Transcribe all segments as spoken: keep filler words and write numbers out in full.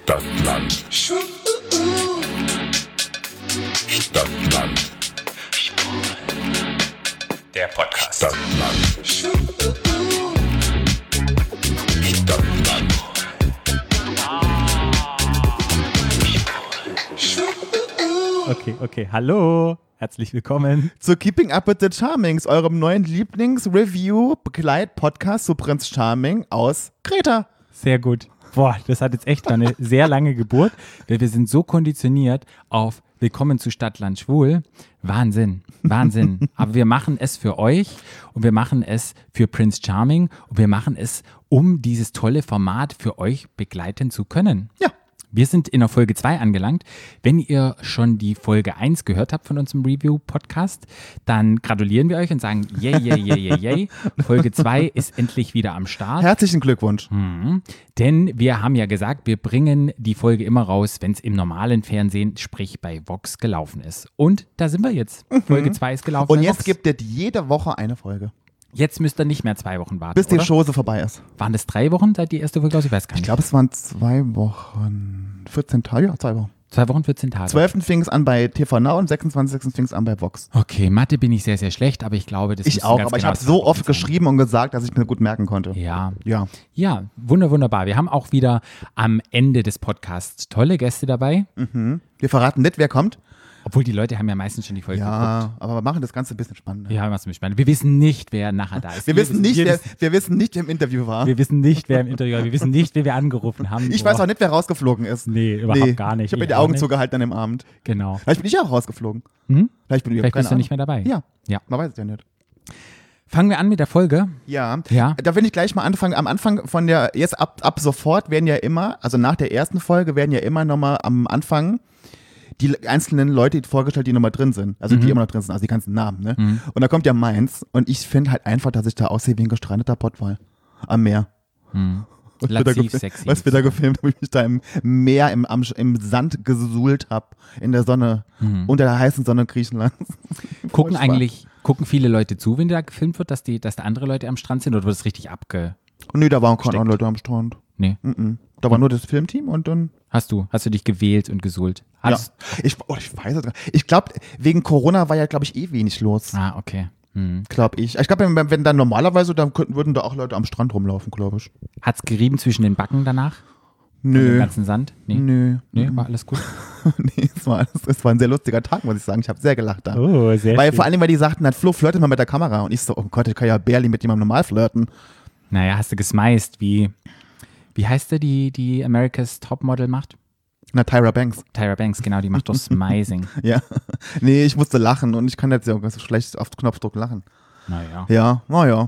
Stadtland. Stadtland. Der Podcast. Stadtland. Stadtland. Okay, okay. Hallo. Herzlich willkommen zu Keeping Up with the Charmings, eurem neuen Lieblings-Review-Begleit-Podcast zu Prinz Charming aus Kreta. Sehr gut. Boah, das hat jetzt echt eine sehr lange Geburt, weil wir sind so konditioniert auf Willkommen zu Stadtland Schwul. Wahnsinn, Wahnsinn. Aber wir machen es für euch und wir machen es für Prince Charming und wir machen es, um dieses tolle Format für euch begleiten zu können. Ja. Wir sind in der Folge zwei angelangt. Wenn ihr schon die Folge eins gehört habt von unserem Review-Podcast, dann gratulieren wir euch und sagen, yay, yay, yay, yay, yay. Folge zwei ist endlich wieder am Start. Herzlichen Glückwunsch. Mhm. Denn wir haben ja gesagt, wir bringen die Folge immer raus, wenn es im normalen Fernsehen, sprich bei Vox, gelaufen ist. Und da sind wir jetzt. Mhm. Folge zwei ist gelaufen. Und jetzt Vox. gibt es jede Woche eine Folge. Jetzt müsst ihr nicht mehr zwei Wochen warten, bis die oder? Chose vorbei ist. Waren das drei Wochen seit die erste Folge aus? Ich weiß gar nicht. Ich glaube, es waren zwei Wochen, vierzehn Tage, ja, zwei Wochen. Zwei Wochen, vierzehn Tage. zwölften fing es an bei T V Now und sechsundzwanzigsten fing es an bei Vox. Okay, Mathe bin ich sehr, sehr schlecht, aber ich glaube, das ist Ich auch, ganz aber ich genau habe zwei so Wochen oft sein. geschrieben und gesagt, dass ich mir gut merken konnte. Ja. Ja. Ja, wunder, wunderbar. Wir haben auch wieder am Ende des Podcasts tolle Gäste dabei. Mhm. Wir verraten nicht, wer kommt. Obwohl die Leute haben ja meistens schon die Folge Ja, geguckt. aber wir machen das Ganze ein bisschen spannender. Ja, was mich spannend. Wir wissen nicht, wer nachher da ist. Wir, wissen nicht, wir, wer, wir wissen nicht, wer im Interview war. wir wissen nicht, wer im Interview war. Wir wissen nicht, wer wir angerufen haben. Ich Boah. weiß auch nicht, wer rausgeflogen ist. Nee, überhaupt gar nicht. Ich habe mir Ich die auch Augen nicht. zugehalten an dem Abend. Genau. Vielleicht bin ich auch rausgeflogen. Hm? Vielleicht bin ich Vielleicht keine bist du nicht Ahnung. mehr dabei. Ja, Ja. man weiß es ja nicht. Fangen wir an mit der Folge. Ja. Ja. Da will ich gleich mal anfangen. Am Anfang von der, jetzt ab, ab sofort werden ja immer, also nach der ersten Folge werden ja immer nochmal am Anfang die einzelnen Leute vorgestellt, die nochmal drin sind. Also Mhm. die immer noch drin sind, also die ganzen Namen. Ne? Mhm. Und da kommt ja meins und ich finde halt einfach, dass ich da aussehe wie ein gestrandeter Pottwal am Meer. Hm. Was wir da Lativ, gefil- sexy. Was wir da gefilmt, wo ich mich da im Meer, im, am, im Sand gesuhlt habe, in der Sonne, Mhm. unter der heißen Sonne Griechenlands. Gucken Furchtbar. eigentlich, gucken viele Leute zu, wenn da gefilmt wird, dass, die, dass da andere Leute am Strand sind oder wird es richtig abge... Nee, da waren keine Steckt. Leute am Strand. Nee. Mhm. Da war nur das Filmteam und dann. Hast du, hast du dich gewählt und gesuhlt? Hast, Ja. Ich, oh, ich weiß es gar nicht. Ich glaube, wegen Corona war ja, glaube ich, eh wenig los. Ah, okay. Hm. Glaube ich. Ich glaube, wenn, wenn dann normalerweise, dann könnten, würden da auch Leute am Strand rumlaufen, glaube ich. Hat's gerieben zwischen den Backen danach? Von dem Nö. ganzen Sand? Nee. Nö. Nee, war alles gut. nee, es war, es war ein sehr lustiger Tag, muss ich sagen. Ich habe sehr gelacht da. Oh, sehr weil vor allem, weil die sagten, dann Flo, flirtet mal mit der Kamera. Und ich so, oh Gott, ich kann ja barely mit jemandem normal flirten. Naja, hast du gesmeist, wie, wie heißt der, die, die America's Topmodel macht? Na, Tyra Banks. Tyra Banks, genau, die macht doch Smizing. Ja. Nee, ich musste lachen und ich kann jetzt ja so schlecht auf Knopfdruck lachen. Naja. Ja, naja.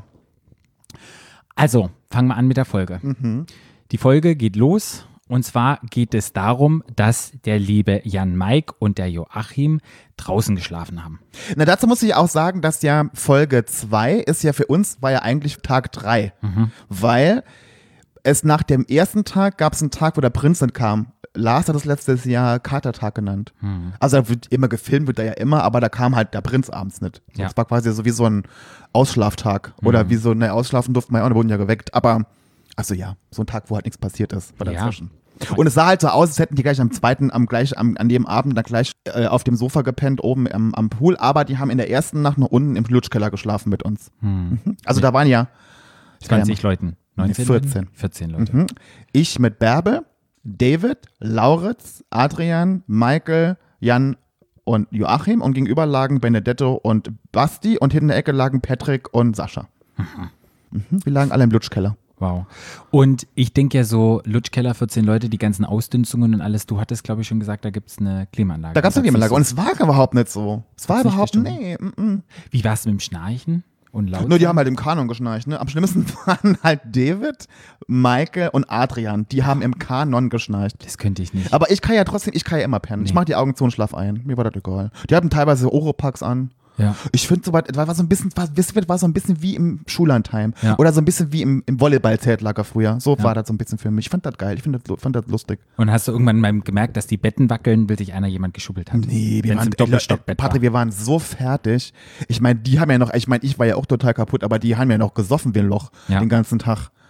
Also, fangen wir an mit der Folge. Mhm. Die Folge geht los. Und zwar geht es darum, dass der liebe Jan Maik und der Joachim draußen geschlafen haben. Na, dazu muss ich auch sagen, dass ja Folge zwei ist ja für uns, war ja eigentlich Tag drei. Mhm. Weil es nach dem ersten Tag gab es einen Tag, wo der Prinz nicht kam. Lars hat das letztes Jahr Katertag genannt. Mhm. Also da wird immer gefilmt, wird da ja immer, aber da kam halt der Prinz abends nicht. So, Ja. Das war quasi so wie so ein Ausschlaftag. Oder Mhm. wie so, ne, ausschlafen durften wir ja auch, da wurden ja geweckt. Aber, also ja, so ein Tag, wo halt nichts passiert ist, war Ja. dazwischen. Und es sah halt so aus, als hätten die gleich am zweiten, am gleich am, an dem Abend dann gleich äh, auf dem Sofa gepennt, oben am, am Pool. Aber die haben in der ersten Nacht noch unten im Lutschkeller geschlafen mit uns. Hm. Mhm. Also da waren ja zwanzig Leuten. neunzehn? vierzehn. Leuten? vierzehn Leute. Mhm. Ich mit Bärbe, David, Lauritz, Adrian, Michael, Jan und Joachim und gegenüber lagen Benedetto und Basti und hinten in der Ecke lagen Patrick und Sascha. Mhm. Wir lagen alle im Lutschkeller. Wow. Und ich denke ja so, Lutschkeller, vierzehn Leute, die ganzen Ausdünstungen und alles, du hattest, glaube ich, schon gesagt, da gibt es eine Klimaanlage. Da gab es eine Das Klimaanlage ist und so- es war überhaupt nicht so. Es war Hat's nicht überhaupt, gestimmt? nee. Mm -mm. Wie war es mit dem Schnarchen und laut? Nur die haben halt im Kanon geschnarcht. Ne? Am schlimmsten waren halt David, Michael und Adrian. Die haben im Kanon geschnarcht. Das könnte ich nicht. Aber ich kann ja trotzdem, ich kann ja immer pennen. Ich Nee. mache die Augen zu und schlaf ein. Mir war das egal. Die hatten teilweise Oropax an. Ja. Ich finde, so was war so ein bisschen, war, war so ein bisschen wie im Schullandheim. Ja. Oder so ein bisschen wie im, im Volleyball-Zeltlager früher. So Ja. war das so ein bisschen für mich. Ich fand das geil. Ich find das, fand das lustig. Und hast du irgendwann mal gemerkt, dass die Betten wackeln, weil sich einer jemand geschubbelt hat? Nee, wir Wenn's waren, im Doppelstockbett Patrick, war. wir waren so fertig. Ich meine, die haben ja noch, ich meine, ich war ja auch total kaputt, aber die haben ja noch gesoffen wie ein Loch Ja. den ganzen Tag. Ja.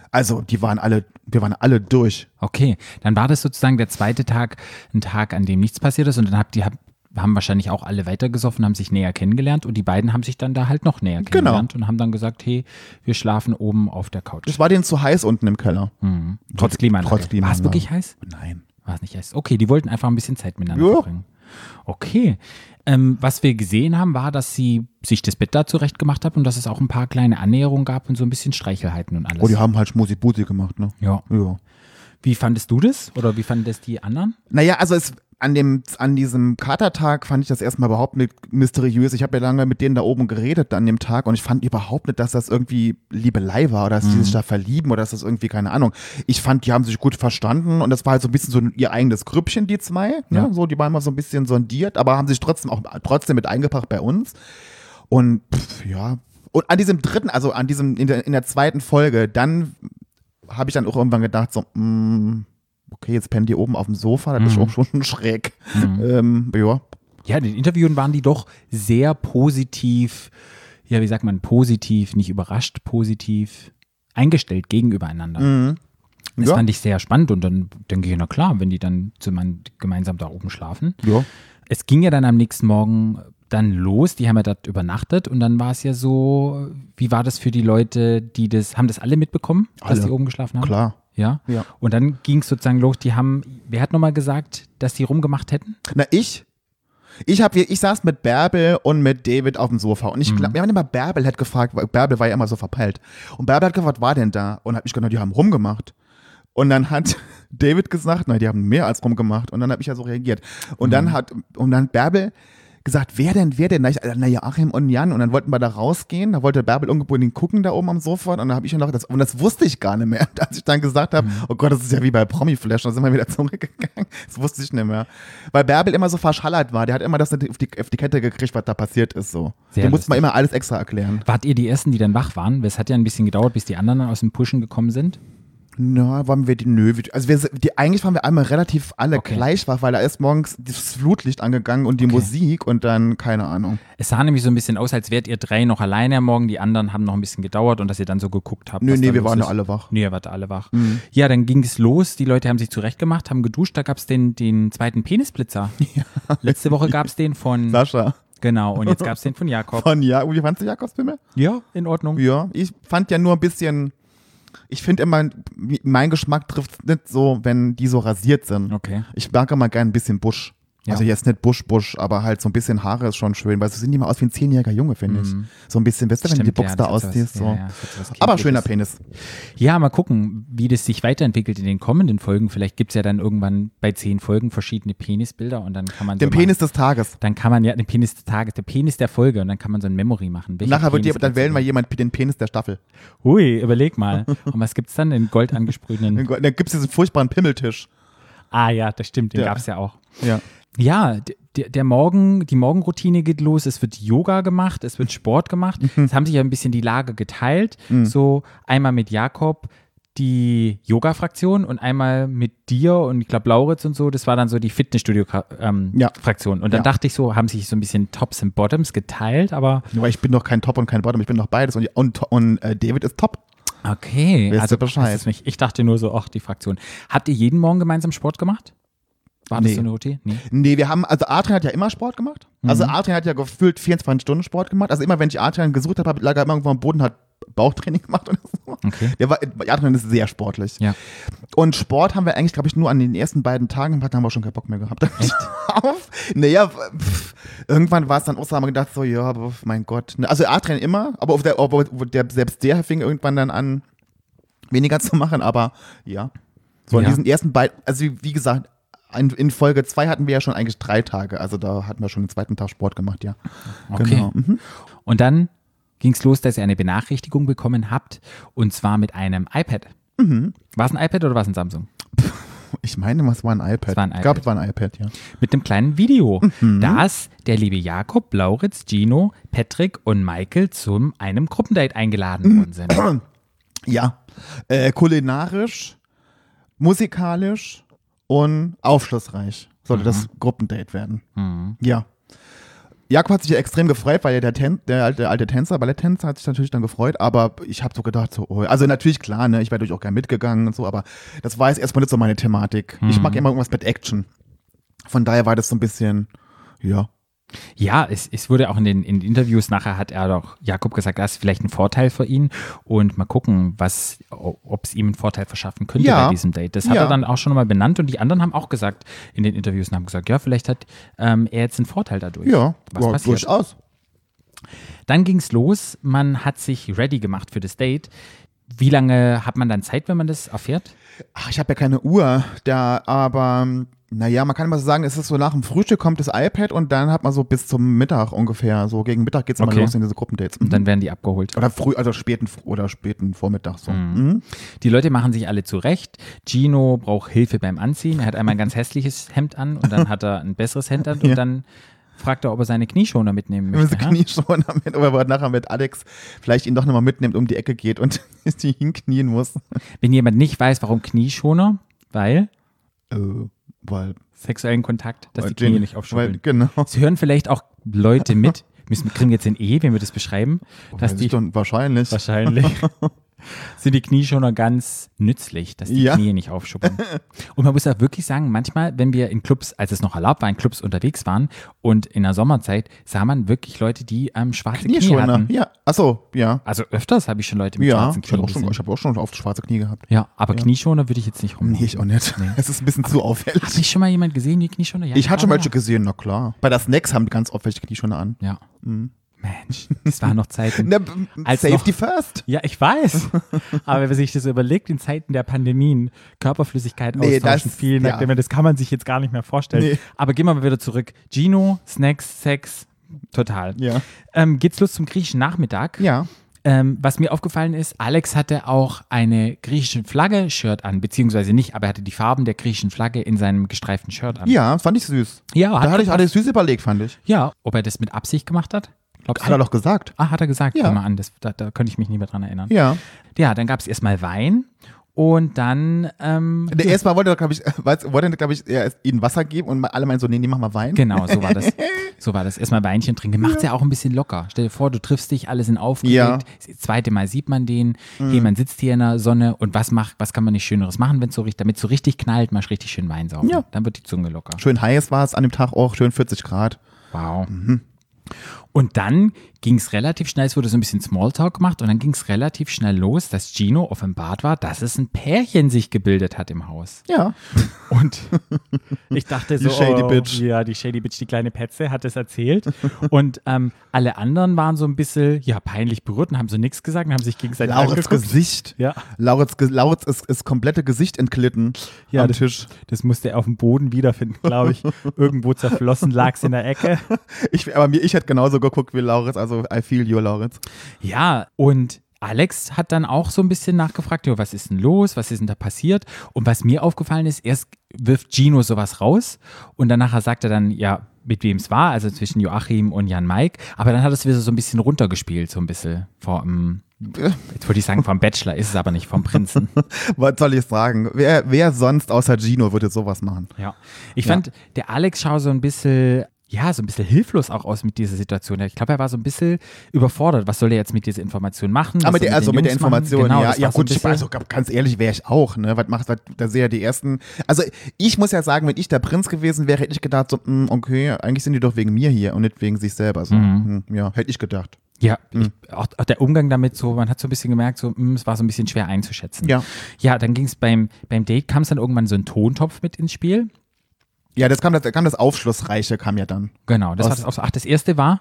Also die waren alle, wir waren alle durch. Okay, dann war das sozusagen der zweite Tag, ein Tag, an dem nichts passiert ist und dann habt ihr, hab, haben wahrscheinlich auch alle weitergesoffen, haben sich näher kennengelernt und die beiden haben sich dann da halt noch näher kennengelernt Genau. und haben dann gesagt, hey, wir schlafen oben auf der Couch. Es war denen zu heiß unten im Keller. Mhm. Trotz Klimaanlage. Trotz Klimaanlage. War es wirklich heiß? Nein. War es nicht heiß? Okay, die wollten einfach ein bisschen Zeit miteinander Ja. verbringen. Okay. Ähm, was wir gesehen haben, war, dass sie sich das Bett da zurecht gemacht hat und dass es auch ein paar kleine Annäherungen gab und so ein bisschen Streichelheiten und alles. Oh, die haben halt Schmusi-Busi gemacht, ne? ja. Ja. Wie fandest du das? Oder wie fanden das die anderen? Naja, also es, an, dem, an diesem Katertag fand ich das erstmal überhaupt nicht mysteriös. Ich habe ja lange mit denen da oben geredet an dem Tag und ich fand überhaupt nicht, dass das irgendwie Liebelei war oder dass die sich da verlieben oder dass das irgendwie, keine Ahnung. Ich fand, die haben sich gut verstanden und das war halt so ein bisschen so ihr eigenes Grüppchen, die zwei. Ne? Ja. So, die waren immer so ein bisschen sondiert, aber haben sich trotzdem auch trotzdem mit eingebracht bei uns. Und pff, ja, und an diesem dritten, also an diesem, in der, in der zweiten Folge, dann habe ich dann auch irgendwann gedacht, so, mh, okay, jetzt pennen die oben auf dem Sofa, das ist auch schon schräg. Ähm, ja. Ja, in den Interviewen waren die doch sehr positiv, ja, wie sagt man, positiv, nicht überrascht, positiv eingestellt gegenübereinander. Mhm. Das Ja. fand ich sehr spannend und dann denke ich, na klar, wenn die dann zusammen- gemeinsam da oben schlafen. Ja. Es ging ja dann am nächsten Morgen dann los, die haben ja dort übernachtet und dann war es ja so, wie war das für die Leute, die das, haben das alle mitbekommen, dass Alle. die oben geschlafen haben? Klar. Ja? Ja. Und dann ging es sozusagen los, die haben, wer hat nochmal gesagt, dass die rumgemacht hätten? Na, ich? Ich, hab, ich saß mit Bärbel und mit David auf dem Sofa und ich glaube, wir haben immer Bärbel hat gefragt, weil Bärbel war ja immer so verpeilt. Und Bärbel hat gefragt, was war denn da? Und hab ich gedacht, die haben rumgemacht. Und dann hat David gesagt, nein, die haben mehr als rumgemacht. Und dann habe ich ja so reagiert. Und dann hat, und dann hat Bärbel gesagt, wer denn, wer denn? Na, ich, na ja, Achim und Jan. Und dann wollten wir da rausgehen. Da wollte Bärbel ungebundet gucken da oben am Sofa. Und dann habe ich ja noch, das, und das wusste ich gar nicht mehr. Als ich dann gesagt habe, oh Gott, das ist ja wie bei Promi-Flash. Dann sind wir wieder zurückgegangen. Das wusste ich nicht mehr. Weil Bärbel immer so verschallert war. Der hat immer das nicht auf die, auf die Kette gekriegt, was da passiert ist. So. Sehr Dem musste man lustig. immer alles extra erklären. Wart ihr die Ersten, die dann wach waren? Es hat ja ein bisschen gedauert, bis die anderen dann aus dem Pushen gekommen sind. Na, waren wir die, nö, wir- also wir, die, eigentlich waren wir einmal relativ alle Okay. gleich wach, weil da ist morgens das Flutlicht angegangen und die Okay. Musik und dann, keine Ahnung. Es sah nämlich so ein bisschen aus, als wärt ihr drei noch alleine am Morgen, die anderen haben noch ein bisschen gedauert und dass ihr dann so geguckt habt. Nö, was nee, da wir los waren ist. da alle wach. Nee, ihr wart alle wach. Ja, dann ging es los, die Leute haben sich zurechtgemacht, haben geduscht, da gab es den, den zweiten Penisblitzer. Letzte Woche gab es den von, Sascha. genau, und jetzt gab es den von Jakob. Von ja, wie fandst du Jakobsbimmel? Ja, in Ordnung. Ja, ich fand ja nur ein bisschen, ich finde immer, mein Geschmack trifft es nicht so, wenn die so rasiert sind. Okay. Ich mag immer gerne ein bisschen Busch. Ja. Also jetzt nicht Busch, Busch, aber halt so ein bisschen Haare ist schon schön, weil so sehen die mal aus wie ein zehnjähriger Junge, finde ich. So ein bisschen, weißt du, wenn du die Stimmt, ja, Buchs da das hat was- ausziehst. So. ja, ja, das hat was Aber Kindliches. schöner Penis. Ja, mal gucken, wie das sich weiterentwickelt in den kommenden Folgen. Vielleicht gibt es ja dann irgendwann bei zehn Folgen verschiedene Penisbilder und dann kann man Den so mal, Penis des Tages. dann kann man ja den Penis des Tages, der Penis der Folge und dann kann man so ein Memory machen. Welcher Nachher wird die, Penis dann gibt's wählen wir denn? jemand den Penis der Staffel. Hui, überleg mal. Und was gibt's dann? Den gold angesprühten. Dann gibt es diesen furchtbaren Pimmeltisch. Ah ja, das stimmt, den Ja. gab's ja auch. Ja. Ja, d- der, der Morgen, die Morgenroutine geht los, es wird Yoga gemacht, es wird Sport gemacht. Mhm. Es haben sich ja ein bisschen die Lage geteilt. So einmal mit Jakob die Yoga-Fraktion und einmal mit dir und ich glaube Lauritz und so, das war dann so die Fitnessstudio-Fraktion. Ja. Und dann Ja. dachte ich so, haben sich so ein bisschen Tops und Bottoms geteilt, aber Aber ich bin doch kein Top und kein Bottom, ich bin doch beides. Und, und, und äh, David ist Top. okay. Weißt also du Bescheid? weiß es nicht. Ich dachte nur so, ach, die Fraktion. Habt ihr jeden Morgen gemeinsam Sport gemacht? War das Nee. so eine Routine? Nee. Nee, wir haben, also Adrian hat ja immer Sport gemacht. Also Adrian hat ja gefühlt vierundzwanzig Stunden Sport gemacht. Also immer, wenn ich Adrian gesucht habe, lag er immer irgendwo am Boden, hat Bauchtraining gemacht oder so. Okay. Der war, Adrian ist sehr sportlich. Ja. Und Sport haben wir eigentlich, glaube ich, nur an den ersten beiden Tagen gemacht, da haben wir schon keinen Bock mehr gehabt. Echt? Auf. Naja, pff, irgendwann war es dann auch so, haben wir gedacht, so, ja, aber mein Gott. Also Adrian immer, aber auf der, aber der, selbst der fing irgendwann dann an, weniger zu machen, aber ja. So in Ja. diesen ersten beiden, also wie, wie gesagt, in, in Folge zwei hatten wir ja schon eigentlich drei Tage, also da hatten wir schon den zweiten Tag Sport gemacht, ja. Okay. Genau. Mhm. Und dann ging es los, dass ihr eine Benachrichtigung bekommen habt und zwar mit einem iPad. Mhm. War es ein iPad oder war es ein Samsung? Ich meine, was war ein iPad? Es war ein Ich glaube, iPad. es war ein iPad, ja. Mit einem kleinen Video, Mhm. das der liebe Jakob, Lauritz, Gino, Patrick und Michael zum einem Gruppendate eingeladen Mhm. worden sind. Ja, äh, kulinarisch, musikalisch und aufschlussreich sollte das Gruppendate werden. Ja. Jakob hat sich ja extrem gefreut, weil ja der, Ten, der, alte, der alte Tänzer, Balletttänzer hat sich natürlich dann gefreut, aber ich habe so gedacht, so, oh, also natürlich klar, ne, ich wäre natürlich auch gerne mitgegangen und so, aber das war jetzt erstmal nicht so meine Thematik. Mhm. Ich mag immer irgendwas mit Action. Von daher war das so ein bisschen, ja. Ja, es, es wurde auch in den, in den Interviews nachher hat er doch Jakob gesagt, das ist vielleicht ein Vorteil für ihn und mal gucken, was, ob es ihm einen Vorteil verschaffen könnte Ja. bei diesem Date. Das hat Ja. er dann auch schon mal benannt und die anderen haben auch gesagt in den Interviews und haben gesagt, ja, vielleicht hat ähm, er jetzt einen Vorteil dadurch. Ja, was ja, passiert. durchaus. Dann ging es los, man hat sich ready gemacht für das Date. Wie lange hat man dann Zeit, wenn man das erfährt? Ach, ich habe ja keine Uhr, da, aber naja, man kann immer so sagen, es ist so nach dem Frühstück kommt das iPad und dann hat man so bis zum Mittag ungefähr, so gegen Mittag geht's immer Okay. los in diese Gruppendates. Und dann werden die abgeholt. Oder früh, also späten oder späten Vormittag so. Mhm. Die Leute machen sich alle zurecht. Gino braucht Hilfe beim Anziehen. Er hat einmal ein ganz hässliches Hemd an und dann hat er ein besseres Hemd an und Ja. dann fragt er, ob er seine Knieschoner mitnehmen Wenn möchte. sie ja? Knieschoner mit, oder aber nachher mit Alex vielleicht ihn doch nochmal mitnimmt, um die Ecke geht und die hinknien muss. Wenn jemand nicht weiß, warum Knieschoner, weil Äh, weil, sexuellen Kontakt, dass weil die Knie den- nicht weil, aufschütteln. genau. Sie hören vielleicht auch Leute mit. Wir kriegen jetzt ein E, wenn wir das beschreiben. Dass Weiß die ich doch, wahrscheinlich. wahrscheinlich sind die Knieschoner ganz nützlich, dass die Ja. Knie nicht aufschuppen. Und man muss auch wirklich sagen, manchmal, wenn wir in Clubs, als es noch erlaubt war, in Clubs unterwegs waren und in der Sommerzeit, sah man wirklich Leute, die ähm, schwarze Knie Knieschoner. hatten. Ja, achso, ja. Also öfters habe ich schon Leute mit Ja, schwarzen ich habe Knien auch, schon- gesehen. ich hab auch schon oft schwarze Knie gehabt. Ja, aber Knieschoner würde ich jetzt nicht rum. Nee, ich auch nicht. Es ist ein bisschen zu auffällig. Hat nicht schon mal jemand gesehen, die Knieschoner? Ja, Ich hatte schon klar, welche gesehen, na klar. Bei der Snacks haben ganz oft welche Knieschoner an. Ja. Mensch, das waren noch Zeiten. Na, b- Als Safety noch- first. Ja, ich weiß. Aber wenn man sich das überlegt, in Zeiten der Pandemien, Körperflüssigkeit Nee, austauschen, das- viel, ja. das kann man sich jetzt gar nicht mehr vorstellen. Nee. Aber gehen wir mal wieder zurück. Gino, Snacks, Sex, total. Ja. Ähm, geht's los zum griechischen Nachmittag. Ja. Ähm, was mir aufgefallen ist, Alex hatte auch eine griechische Flagge-Shirt an, beziehungsweise nicht, aber er hatte die Farben der griechischen Flagge in seinem gestreiften Shirt an. Ja, das fand ich süß. Ja, Da hat hatte ich gepasst. alles süß überlegt, fand ich. Ja, ob er das mit Absicht gemacht hat? Glaubst Hat er doch gesagt. Ah, hat er gesagt. Ja. Guck mal an, das, da, da könnte ich mich nicht mehr dran erinnern. Ja. Ja, dann gab es erstmal Wein und dann, ähm, Der erstmal wollte er, glaube ich, weiß, wollte, glaube ich, er ihnen Wasser geben und alle meinen so, nee, nee, mach mal Wein. genau, so war das. So war das. Erstmal Weinchen trinken. Macht es ja auch ein bisschen locker. Stell dir vor, du triffst dich, alle sind aufgeregt. Ja. Das zweite Mal sieht man den. Hey, man sitzt hier in der Sonne und was macht, was kann man nicht Schöneres machen, wenn es so richtig, damit es so richtig knallt, mal richtig schön Wein saufen. Ja. Dann wird die Zunge locker. Schön heiß war es an dem Tag auch, schön vierzig Grad. Wow. Und dann ging es relativ schnell, es wurde so ein bisschen Smalltalk gemacht und dann ging es relativ schnell los, dass Gino offenbart war, dass es ein Pärchen sich gebildet hat im Haus. Ja. Und ich dachte so, Die Shady oh, Bitch. ja, die Shady Bitch, die kleine Petze, hat es erzählt. Und ähm, alle anderen waren so ein bisschen, ja, peinlich berührt und haben so nichts gesagt und haben sich gegenseitig Laurits angeguckt. Gesicht. Ja. Laurits, Ge- Laurits ist, ist komplette Gesicht entglitten Ja, am das- Tisch. Das musste er auf dem Boden wiederfinden, glaube ich. Irgendwo zerflossen lag es in der Ecke. Ich, aber mir, ich hätte genauso geguckt wie Lauritz, also I feel you, Lauritz. Ja, und Alex hat dann auch so ein bisschen nachgefragt, ja, was ist denn los, was ist denn da passiert? Und was mir aufgefallen ist, erst wirft Gino sowas raus und dann nachher sagt er dann, ja, mit wem es war, also zwischen Joachim und Jan Maik, aber dann hat es wieder so ein bisschen runtergespielt, so ein bisschen vom, jetzt wollte ich sagen vom Bachelor, ist es aber nicht, vom Prinzen. Was soll ich sagen? Wer, wer sonst außer Gino würde sowas machen? Ja, ich Ja. fand, der Alex schaut so ein bisschen, ja, so ein bisschen hilflos auch aus mit dieser Situation. Ich glaube, er war so ein bisschen überfordert. Was soll er jetzt mit dieser Information machen? Aber Was mit soll der, er also den mit der Jungs machen? Information, Genau, ja, das ja war so ein gut, ich, bisschen- also ganz ehrlich wäre ich auch, ne? Was macht, was, da sehe ja die ersten, also ich muss ja sagen, wenn ich der Prinz gewesen wäre, hätte ich gedacht, so, mh, okay, eigentlich sind die doch wegen mir hier und nicht wegen sich selber, so, Mhm. Hm, ja, hätte ich gedacht. Ja, Hm. ich, auch, auch der Umgang damit so, man hat so ein bisschen gemerkt, so, mh, es war so ein bisschen schwer einzuschätzen. Ja. Ja, dann ging es beim, beim Date, kam es dann irgendwann so ein Tontopf mit ins Spiel. Ja, das kam das, kam das Aufschlussreiche, kam ja dann. Genau, das Aus- war das auch so. Ach, das erste war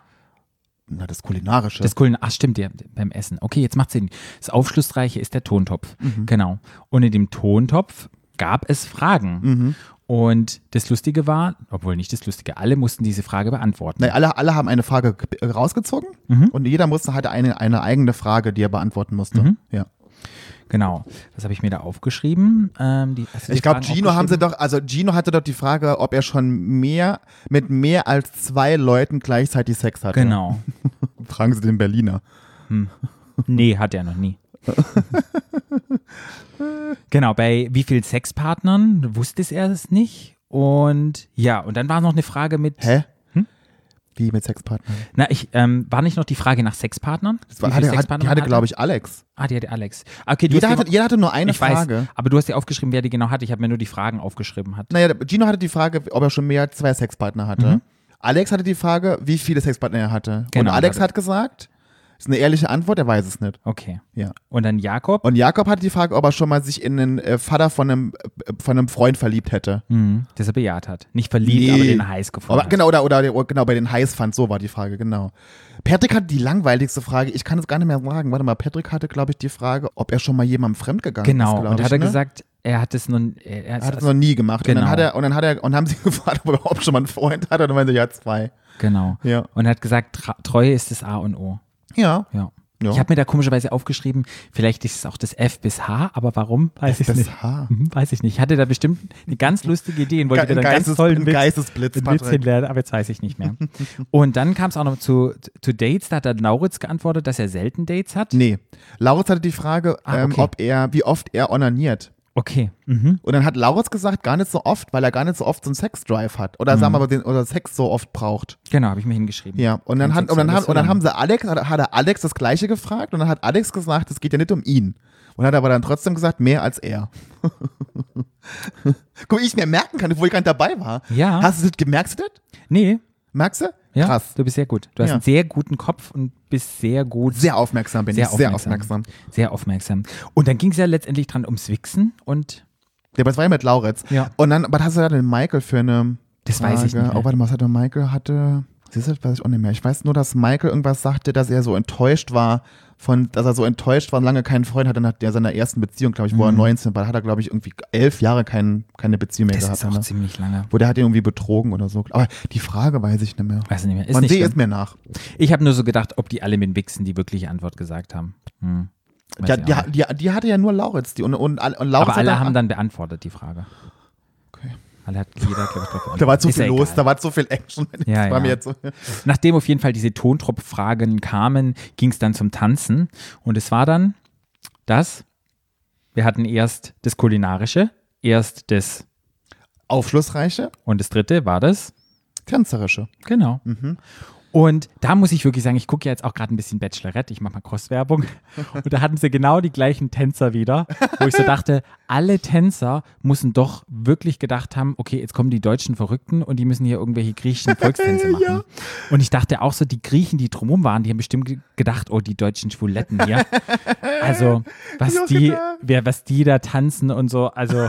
Na, das Kulinarische. das Kulin. Ach, stimmt, der, beim Essen. Okay, jetzt macht Sinn. Das Aufschlussreiche ist der Tontopf. Genau. Und in dem Tontopf gab es Fragen. Und das Lustige war, obwohl nicht das Lustige, alle mussten diese Frage beantworten. Na, alle, alle haben eine Frage ge- rausgezogen Mhm. und jeder musste hatte eine, eine eigene Frage, die er beantworten musste. Mhm. Ja. Genau. Das habe ich mir da aufgeschrieben. Ähm, die, hast du die Ich glaube, Fragen Gino haben sie aufgeschrieben? doch, also Gino hatte doch die Frage, ob er schon mehr mit mehr als zwei Leuten gleichzeitig Sex hatte. Genau. Fragen Sie den Berliner. Nee, hat er noch nie. Genau, bei wie vielen Sexpartnern wusste er es nicht. Und ja, und dann war noch eine Frage mit. Hä? Hm? Wie mit Sexpartnern? Na, ich, ähm, war nicht noch die Frage nach Sexpartnern? Das war, Wie viele hatte, hat, Sexpartner die hatte, man glaube ich, Alex. Ah, die hatte Alex. Okay, du Jeder hast hatte, die, jeder hatte nur eine ich Frage. weiß, aber du hast dir aufgeschrieben, wer die genau hatte. Ich habe mir nur die Fragen aufgeschrieben hat. Naja, Gino hatte die Frage, ob er schon mehr als zwei Sexpartner hatte. Mhm. Alex hatte die Frage, wie viele Sexpartner er hatte. Genau, und Alex hatte- hat gesagt, das ist eine ehrliche Antwort, er weiß es nicht. Okay. Ja. Und dann Jakob. Und Jakob hatte die Frage, ob er schon mal sich in den äh, Vater von einem, äh, von einem Freund verliebt hätte. Mhm, das er bejaht hat. Nicht verliebt, Nee. aber den heiß gefunden Aber, genau, oder, oder, oder genau, bei den Heiß fand, so war die Frage, genau. Patrick hatte die langweiligste Frage, ich kann es gar nicht mehr sagen. Warte mal, Patrick hatte, glaube ich, die Frage, ob er schon mal jemandem fremdgegangen Genau. ist, glaub Und ich, hat er ne? gesagt, er hat es nun. Er, er Er hat es noch nie gemacht. Genau. Und dann hat er, und dann hat er, und haben sie gefragt, ob er überhaupt schon mal einen Freund hat, und dann meinte er, ja, zwei. Genau. Ja. Und er hat gesagt, Tra Treue ist das A und O. Ja. Ja. Ja. Ich habe mir da komischerweise aufgeschrieben, vielleicht ist es auch das F bis H, aber warum? Weiß ich bis nicht. H. Mhm, weiß ich nicht. Ich hatte da bestimmt eine ganz lustige Idee und wollte Ein dir dann einen Geistes- ganz tollen ein Witz, Geistesblitz, einen Witz Patrick. hinlernen, aber jetzt weiß ich nicht mehr. Und dann kam es auch noch zu, zu Dates, da hat dann Lauritz geantwortet, dass er selten Dates hat. Nee. Lauritz hatte die Frage, Ah, ähm, okay. ob er, wie oft er onaniert. Okay. Mhm. Und dann hat Lauritz gesagt, gar nicht so oft, weil er gar nicht so oft so einen Sexdrive hat. Oder sagen wir mal, den, oder Sex so oft braucht. Genau, habe ich mir hingeschrieben. Ja. Und dann, Kein hat, und dann, sexuelles haben, und dann Verlangen. haben sie Alex, hat, hat er Alex das Gleiche gefragt und dann hat Alex gesagt, es geht ja nicht um ihn. Und hat aber dann trotzdem gesagt, mehr als er. Guck, wie ich mir merken kann, obwohl ich gar nicht dabei war. Ja. Hast du das gemerkt? Du das? Nee. Merkst du? Ja, Krass. du bist sehr gut. Du hast Ja. einen sehr guten Kopf und bist sehr gut. Sehr aufmerksam bin Sehr ich. Sehr aufmerksam. aufmerksam. Sehr aufmerksam. Und dann ging es ja letztendlich dran ums Wichsen und Ja, aber das war ja mit Lauritz. Ja. Und dann, was hast du da denn Michael für eine Das Frage? weiß ich nicht mehr. Oh, warte mal, was hatte Michael? Hatte, siehst du, das weiß ich auch nicht mehr. Ich weiß nur, dass Michael irgendwas sagte, dass er so enttäuscht war, von, dass er so enttäuscht war und lange keinen Freund hatte nach der seiner ersten Beziehung, glaube ich, wo er neunzehn war. Da hat er, glaube ich, irgendwie elf Jahre kein, keine Beziehung mehr das gehabt. ist auch ne? ziemlich lange. Wo der hat ihn irgendwie betrogen oder so. Aber die Frage weiß ich nicht mehr. Weiß ich nicht mehr. Ist Man nicht sehe schlimm. es mir nach. Ich habe nur so gedacht, ob die alle mit Wichsen die wirkliche Antwort gesagt haben. Hm. Weiß Ja, ich die, auch nicht. die, die hatte ja nur Lauritz. Die, und, und, und Lauritz Aber alle hat haben dann beantwortet die Frage. Okay. Alle hat jeder, glaube ich, drauf geantwortet. Da war zu Ist viel ja los, egal. da war zu viel Action. Ja, das war ja. mir jetzt so. Nachdem auf jeden Fall diese Tontropf-Fragen kamen, ging es dann zum Tanzen. Und es war dann das, wir hatten erst das Kulinarische, erst das, Aufschlussreiche, und das dritte war das, tänzerische. genau. Mhm. Und da muss ich wirklich sagen, ich gucke ja jetzt auch gerade ein bisschen Bachelorette, ich mache mal Cross-Werbung. Und da hatten sie genau die gleichen Tänzer wieder, wo ich so dachte, alle Tänzer müssen doch wirklich gedacht haben, okay, jetzt kommen die deutschen Verrückten und die müssen hier irgendwelche griechischen Volkstänze machen. Ja. Und ich dachte auch so, die Griechen, die drumherum waren, die haben bestimmt ge- gedacht, oh, die deutschen Schwuletten hier. Also, was Ich auch die, gedacht. wer, was die da tanzen und so, also,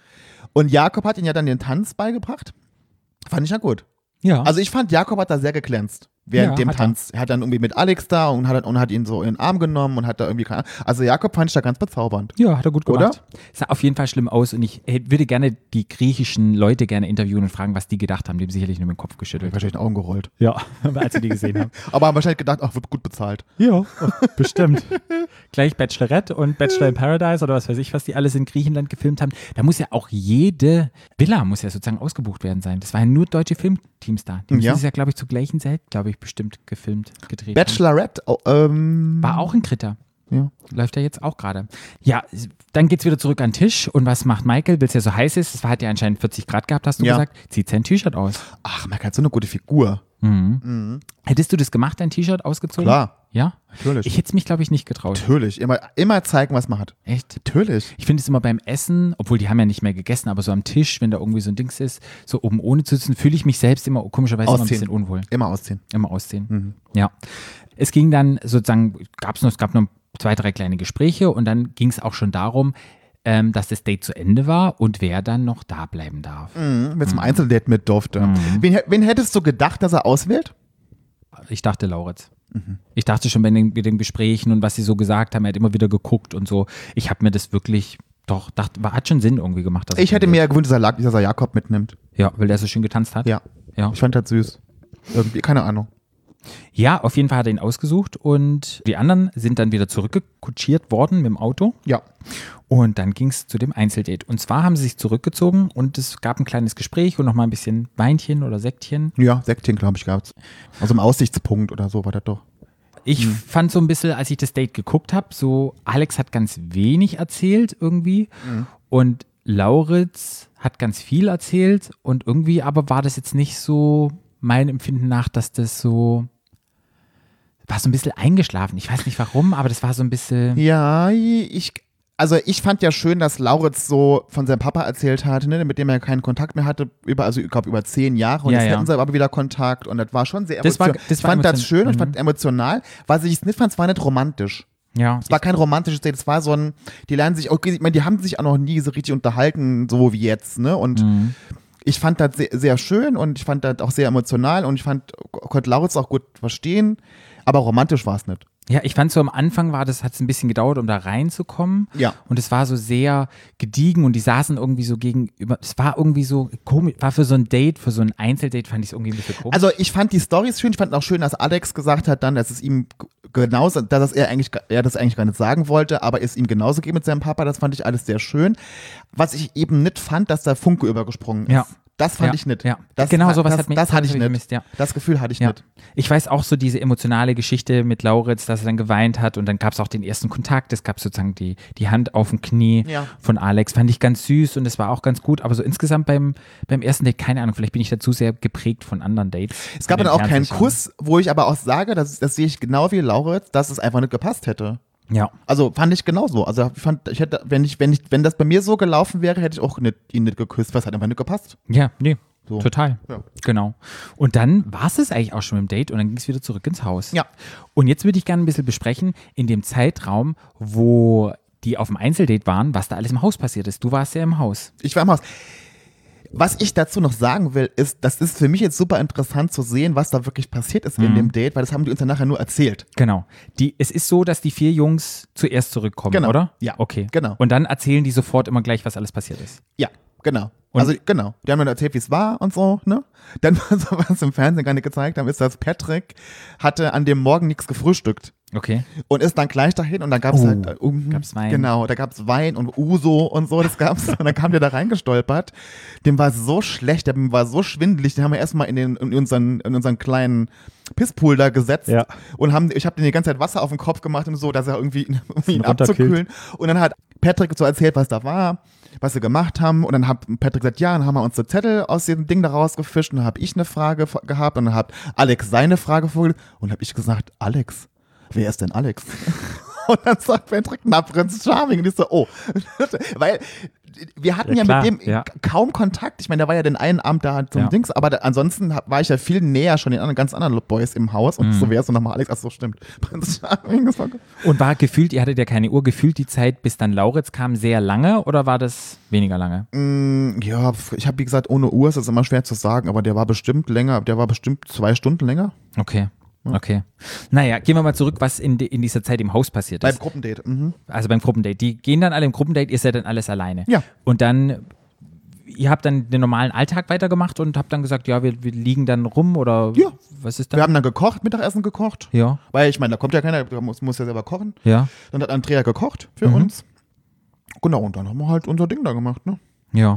Und Jakob hat ihm ja dann den Tanz beigebracht. Fand ich ja gut. ja. Also ich fand, Jakob hat da sehr geglänzt während Ja, dem hat er. Tanz. Er hat dann irgendwie mit Alex da und hat, und hat ihn so in den Arm genommen und hat da irgendwie keine Also Jakob fand ich da ganz bezaubernd. Ja, hat er gut Oder? gemacht. Sah auf jeden Fall schlimm aus und ich hätt- würde gerne die griechischen Leute gerne interviewen und fragen, was die gedacht haben. Die haben sicherlich nur mit dem Kopf geschüttelt. Wahrscheinlich den Augen gerollt. Ja, als sie die gesehen haben. Aber haben wahrscheinlich gedacht, ach, wird gut bezahlt. Ja, bestimmt. Gleich Bachelorette und Bachelor in Paradise oder was weiß ich, was die alles in Griechenland gefilmt haben. Da muss ja auch jede Villa muss ja sozusagen ausgebucht werden sein. Das waren ja nur deutsche Filmteams da. Die müssen Ja. es ja, glaube ich, zur gleichen Zeit, glaube ich, bestimmt gefilmt, gedreht. Bachelorette, oh, ähm, haben. War auch ein Kritter. Ja. Läuft ja jetzt auch gerade. Ja, dann geht's wieder zurück an den Tisch und was macht Michael, weil es ja so heiß ist? Es hat ja anscheinend vierzig Grad gehabt, hast du Ja. gesagt. Zieht sein T-Shirt aus. Ach, Mike hat so eine gute Figur. Mhm. Hättest du das gemacht, dein T-Shirt ausgezogen? Klar, Ja? natürlich. Ich hätte es mich, glaube ich, nicht getraut. Natürlich. Immer, immer zeigen, was man hat. Echt? Natürlich. Ich finde es immer beim Essen, obwohl die haben ja nicht mehr gegessen, aber so am Tisch, wenn da irgendwie so ein Dings ist, so oben ohne zu sitzen, fühle ich mich selbst immer komischerweise immer ein Ausziehen. bisschen unwohl. Immer ausziehen. Immer ausziehen. Mhm. Ja. Es ging dann sozusagen, gab's noch, es gab noch zwei, drei kleine Gespräche und dann ging es auch schon darum, ähm, dass das Date zu Ende war und wer dann noch da bleiben darf. Mhm, wenn zum Einzeldate mit durfte. Mhm. Wen, wen hättest du gedacht, dass er auswählt? Ich dachte Lauritz. Mhm. Ich dachte schon bei den, bei den Gesprächen und was sie so gesagt haben, er hat immer wieder geguckt und so. Ich habe mir das wirklich, doch, dachte, war- hat schon Sinn irgendwie gemacht. Dass Ich er hätte mir ja gewünscht, dass er, Lag- dass er Jakob mitnimmt. Ja, weil der so schön getanzt hat. Ja. Ja. Ich fand das süß. Irgendwie, keine Ahnung. Ja, auf jeden Fall hat er ihn ausgesucht und die anderen sind dann wieder zurückgekutschiert worden mit dem Auto Ja. und dann ging es zu dem Einzeldate. Und zwar haben sie sich zurückgezogen und es gab ein kleines Gespräch und nochmal ein bisschen Weinchen oder Sektchen. Ja, Sektchen, glaube ich, gab's. Also im Aussichtspunkt oder so war das doch. Ich fand so ein bisschen, als ich das Date geguckt habe, so Alex hat ganz wenig erzählt irgendwie und Lauritz hat ganz viel erzählt und irgendwie aber war das jetzt nicht so meinem Empfinden nach, dass das so, war so ein bisschen eingeschlafen. Ich weiß nicht warum, aber das war so ein bisschen, Ja, ich, also ich fand ja schön, dass Lauritz so von seinem Papa erzählt hat, ne, mit dem er keinen Kontakt mehr hatte, über, also ich glaube über zehn Jahre und Ja, jetzt ja. hätten sie aber wieder Kontakt und das war schon sehr Das war- emotional. das Ich war fand das emotion- schön und ich mhm. fand emotional. Was ich nicht fand, es war nicht romantisch. ja. Es war kein romantisches Date, es war so ein, die lernen sich, okay, ich meine, die haben sich auch noch nie so richtig unterhalten, so wie jetzt, ne, und Mhm. ich fand das sehr, sehr schön und ich fand das auch sehr emotional und ich fand, konnte Lauritz auch gut verstehen, aber romantisch war es nicht. Ja, ich fand so am Anfang war das, hat es ein bisschen gedauert, um da reinzukommen. Ja. Und es war so sehr gediegen und die saßen irgendwie so gegenüber. Es war irgendwie so komisch, war für so ein Date, für so ein Einzeldate fand ich es irgendwie ein bisschen komisch. Also ich fand die Storys schön, ich fand auch schön, dass Alex gesagt hat dann, dass es ihm g- genauso, dass er eigentlich, er das eigentlich gar nicht sagen wollte, aber es ihm genauso geht mit seinem Papa, das fand ich alles sehr schön. Was ich eben nicht fand, dass da Funke übergesprungen ist. Ja. Das fand Ja, ich nicht. ja. Das, Genau sowas das, hat mich- das das hatte ich hab ich nicht. vermisst, ja. Das Gefühl hatte ich Ja. nicht. Ich weiß auch so diese emotionale Geschichte mit Lauritz, dass er dann geweint hat und dann gab es auch den ersten Kontakt. Es gab sozusagen die, die Hand auf dem Knie Ja. von Alex. Fand ich ganz süß und es war auch ganz gut. Aber so insgesamt beim, beim ersten Date, keine Ahnung, vielleicht bin ich dazu sehr geprägt von anderen Dates. Es gab Von dann den auch keinen Fernsehschauen. Kuss, wo ich aber auch sage, das, das sehe ich genau wie Lauritz, dass es einfach nicht gepasst hätte. Ja. Also fand ich genauso. Also ich fand, ich hätte, wenn ich, wenn ich, wenn das bei mir so gelaufen wäre, hätte ich auch nicht, ihn nicht geküsst, weil es hat einfach nicht gepasst. Ja, nee. So. Total. Ja. Genau. Und dann war es es eigentlich auch schon mit dem Date und dann ging es wieder zurück ins Haus. Ja. Und jetzt würde ich gerne ein bisschen besprechen, in dem Zeitraum, wo die auf dem Einzeldate waren, was da alles im Haus passiert ist. Du warst ja im Haus. Ich war im Haus. Was ich dazu noch sagen will, ist, das ist für mich jetzt super interessant zu sehen, was da wirklich passiert ist Mhm. in dem Date, weil das haben die uns dann nachher nur erzählt. Genau. Die, es ist so, dass die vier Jungs zuerst zurückkommen, Genau. oder? Ja. Okay. Genau. Und dann erzählen die sofort immer gleich, was alles passiert ist. Ja, genau. Und- also genau. Die haben dann erzählt, wie es war und so, ne? Dann, so, was im Fernsehen gar nicht gezeigt haben, ist, dass Patrick hatte an dem Morgen nichts gefrühstückt. Okay. Und ist dann gleich dahin und dann gab es Oh, halt äh, um, gab's Wein. Genau, da gab es Wein und Uso und so, das gab's. Und dann kam der da reingestolpert. Dem war so schlecht, dem war so schwindelig, den haben wir erstmal in, den, in, unseren, in unseren kleinen Pisspool da gesetzt Ja. und haben, ich habe den die ganze Zeit Wasser auf den Kopf gemacht und so, dass er irgendwie, um ihn runterkühlt. abzukühlen. Und dann hat Patrick so erzählt, was da war, was sie gemacht haben. Und dann hat Patrick gesagt, ja, dann haben wir uns so Zettel aus dem Ding da rausgefischt und dann habe ich eine Frage f- gehabt und dann hat Alex seine Frage vorgelesen und habe ich gesagt, Alex, wer ist denn Alex? Und dann sagt Patrick, na, Prinz Charming. Und ich so, oh. Weil wir hatten Ja, ja, klar, mit dem ja. kaum Kontakt. Ich meine, da war ja den einen Abend da zum Ja. Dings, aber da, ansonsten hab- war ich ja viel näher schon den anderen, ganz anderen Boys im Haus. Und Mhm. so wär's und nochmal Alex, ach so, stimmt. Prinz Charming, das war gut. Und war gefühlt, ihr hattet ja keine Uhr, gefühlt die Zeit, bis dann Lauritz kam, sehr lange oder war das weniger lange? Mm, ja, ich habe wie gesagt, ohne Uhr ist es immer schwer zu sagen, aber der war bestimmt länger, der war bestimmt zwei Stunden länger. Okay. Okay. Naja, gehen wir mal zurück, was in, de, in dieser Zeit im Haus passiert Beim ist. Gruppendate. Mhm. Also beim Gruppendate. Die gehen dann alle im Gruppendate, ihr seid dann alles alleine. Ja. Und dann, ihr habt dann den normalen Alltag weitergemacht und habt dann gesagt, ja, wir, wir liegen dann rum oder Ja. was ist dann? Wir haben dann gekocht, Mittagessen gekocht. ja, Weil ich meine, da kommt ja keiner, der muss, muss ja selber kochen. ja, Dann hat Andrea gekocht für Mhm. uns. Genau, und dann haben wir halt unser Ding da gemacht, ne? ja.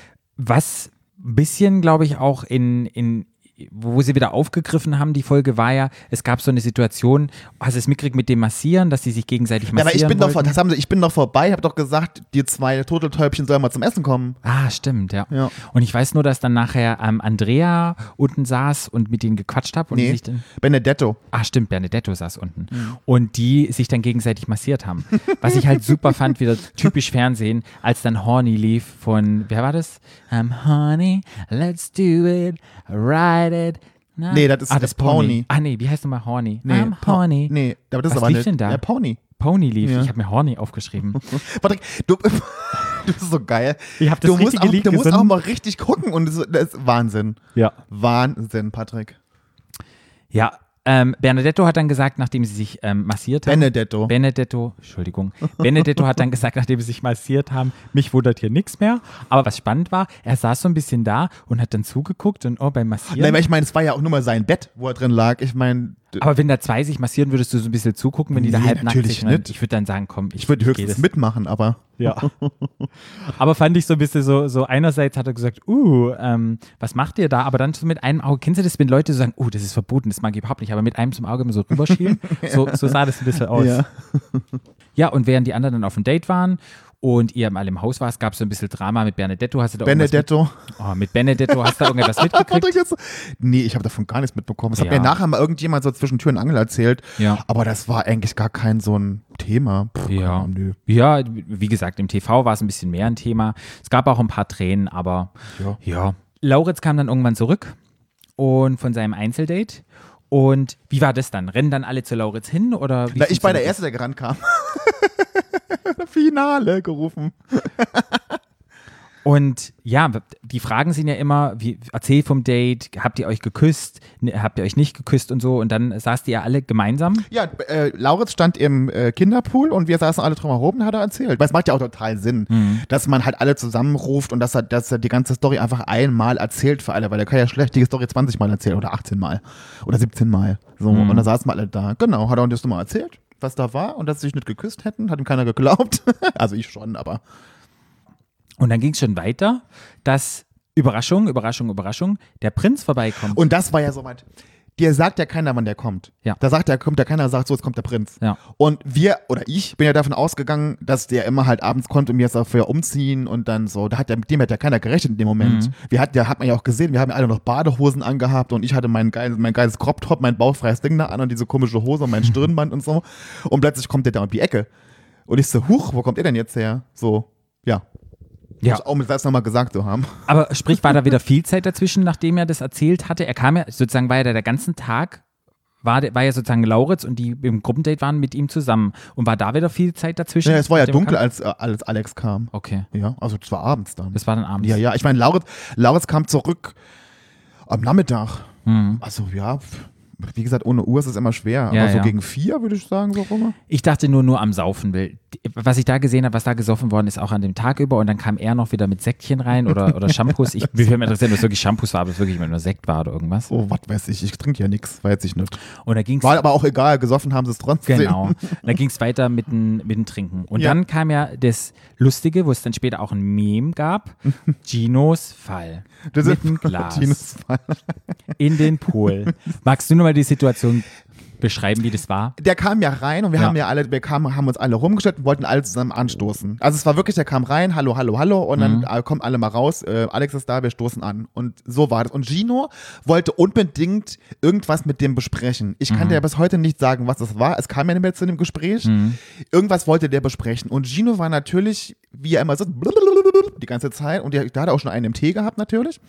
Was ein bisschen, glaube ich, auch in, in wo sie wieder aufgegriffen haben, die Folge war ja, es gab so eine Situation, hast du es mitgekriegt mit dem Massieren, dass die sich gegenseitig Ja, massieren aber ich bin doch, wollten? das haben sie, ich bin doch vorbei, hab doch gesagt, die zwei Turteltäubchen sollen mal zum Essen kommen. Ah, stimmt, ja. Ja. Und ich weiß nur, dass dann nachher ähm, Andrea unten saß und mit denen gequatscht hat und die Nee, sich dann Benedetto. Ah, stimmt, Benedetto saß unten. Und die sich dann gegenseitig massiert haben. Was ich halt super fand, wieder typisch Fernsehen, als dann Horny lief von, wer war das? I'm horny, let's do it, ride it. Na? Nee, das ist ah, das der Pony. Pony. Ah, nee, wie heißt nochmal Horny? Nee, I'm Pa- horny. Nee, aber das Was ist aber lief nicht. denn da? Der Pony. Pony lief. Ja. Ich habe mir Horny aufgeschrieben. Patrick, du, du bist so geil. Ich hab das du musst, richtige auch, Lied du musst gesungen. auch mal richtig gucken und das, das ist Wahnsinn. Ja. Wahnsinn, Patrick. Ja, ähm, Benedetto hat dann gesagt, nachdem sie sich ähm, massiert haben. Benedetto. Benedetto, Entschuldigung. Benedetto hat dann gesagt, nachdem sie sich massiert haben, mich wundert hier nichts mehr. Aber was spannend war, er saß so ein bisschen da und hat dann zugeguckt und oh, beim Massieren. Nein, weil ich meine, es war ja auch nur mal sein Bett, wo er drin lag. Ich meine, aber wenn da zwei sich massieren, würdest du so ein bisschen zugucken, wenn die da Nee, halb nackt natürlich sind? nicht. Ich würde dann sagen, komm, ich, ich würde ich geh höchstens das. mitmachen, aber Ja. Aber fand ich so ein bisschen so, so einerseits hat er gesagt, uh, ähm, was macht ihr da? Aber dann so mit einem Auge, kennst du das, wenn Leute so sagen, uh, das ist verboten, das mag ich überhaupt nicht, aber mit einem zum Auge immer so rüberschielen? so, so sah das ein bisschen aus. Ja. Ja, und während die anderen dann auf dem Date waren und ihr alle im Haus war. Es gab so ein bisschen Drama mit Benedetto. Hast du da Benedetto. Mit, oh, mit Benedetto hast du da irgendwas mitgekriegt? Nee, ich habe davon gar nichts mitbekommen. Das Ja. hat mir nachher mal irgendjemand so zwischen Tür und Angel erzählt. Ja. Aber das war eigentlich gar kein so ein Thema. Puh, keine Ja. Ahnung, nö. ja, wie gesagt, im T V war es ein bisschen mehr ein Thema. Es gab auch ein paar Tränen, aber Ja. ja. Lauritz kam dann irgendwann zurück und von seinem Einzeldate. Und wie war das dann? Rennen dann alle zu Lauritz hin? Oder wie Na, ich war der funktioniert Erste, der gerannt kam. Finale gerufen. Und ja, die Fragen sind ja immer, wie, erzähl vom Date, habt ihr euch geküsst, Ne, habt ihr euch nicht geküsst und so und dann saßt ihr alle gemeinsam? Ja, äh, Lauritz stand im äh, Kinderpool und wir saßen alle drumherum und hat er erzählt. Weil es macht ja auch total Sinn, Mhm. dass man halt alle zusammenruft und dass er, dass er die ganze Story einfach einmal erzählt für alle, weil er kann ja schlecht die Story zwanzig Mal erzählen oder achtzehn Mal oder siebzehn Mal. So, Mhm. und dann saßen wir alle da. Genau, hat er uns das nochmal erzählt, was da war und dass sie sich nicht geküsst hätten, hat ihm keiner geglaubt. Also ich schon, aber Und dann ging es schon weiter, dass Überraschung, Überraschung, Überraschung, der Prinz vorbeikommt. und das war ja soweit. Dir sagt ja keiner, wann der kommt. Ja. Da sagt der, kommt der keiner, sagt so, jetzt kommt der Prinz. Ja. Und wir, oder ich, bin ja davon ausgegangen, dass der immer halt abends kommt und mir jetzt dafür umziehen und dann so. Da hat ja, mit dem hat ja keiner gerechnet in dem Moment. Mhm. Wir hatten ja, hat man ja auch gesehen, wir haben ja alle noch Badehosen angehabt und ich hatte mein geiles, mein geiles Crop-Top, mein bauchfreies Ding da an und diese komische Hose und mein Stirnband und so. Und plötzlich kommt der da um die Ecke. Und ich so, huch, wo kommt der denn jetzt her? So, ja. Ja. Muss ich auch mit das nochmal gesagt zu haben. Aber sprich, war da wieder viel Zeit dazwischen, nachdem er das erzählt hatte? Er kam ja, sozusagen war ja der, der ganzen Tag, war, der, war ja sozusagen Lauritz und die im Gruppendate waren mit ihm zusammen. Und war da wieder viel Zeit dazwischen? Ja, es war ja nachdem er dunkel, kam? als, äh, als Alex kam. Okay, Ja, also es war abends dann. das war dann abends. Ja, ja, ich meine, Lauritz, Lauritz kam zurück am Nachmittag. Mhm. Also ja, pf, wie gesagt, ohne Uhr ist es immer schwer. Ja, aber so ja. gegen vier würde ich sagen, so rum. Ich dachte nur, nur am Saufen will. Was ich da gesehen habe, was da gesoffen worden ist, auch an dem Tag über und dann kam er noch wieder mit Säckchen rein oder, oder Shampoos. Ich würde mich interessieren, ob es wirklich Shampoos war, ob es wirklich nur Sekt war oder irgendwas. Oh, was weiß ich, ich trinke ja nichts, weiß ich nicht. Und da ging es War aber auch egal, gesoffen haben sie es trotzdem. Genau. Da ging es weiter mit dem mit dem Trinken. Und Ja. dann kam ja das Lustige, wo es dann später auch ein Meme gab. Ginos Fall. Das mit ist dem Glas Tinos Fall. in den Pool. Magst du nur mal die Situation beschreiben, wie das war? Der kam ja rein und wir Ja. haben ja alle, wir kamen, haben uns alle rumgestellt und wollten alle zusammen anstoßen. Also es war wirklich, der kam rein, hallo, hallo, hallo und dann Mhm. äh, kommen alle mal raus, äh, Alex ist da, wir stoßen an. Und so war das. Und Gino wollte unbedingt irgendwas mit dem besprechen. Ich kann Mhm. dir ja bis heute nicht sagen, was das war. Es kam ja nicht mehr zu dem Gespräch. Mhm. Irgendwas wollte der besprechen. Und Gino war natürlich, wie er immer so, die ganze Zeit. Und der, der hatte auch schon einen im Tee gehabt natürlich.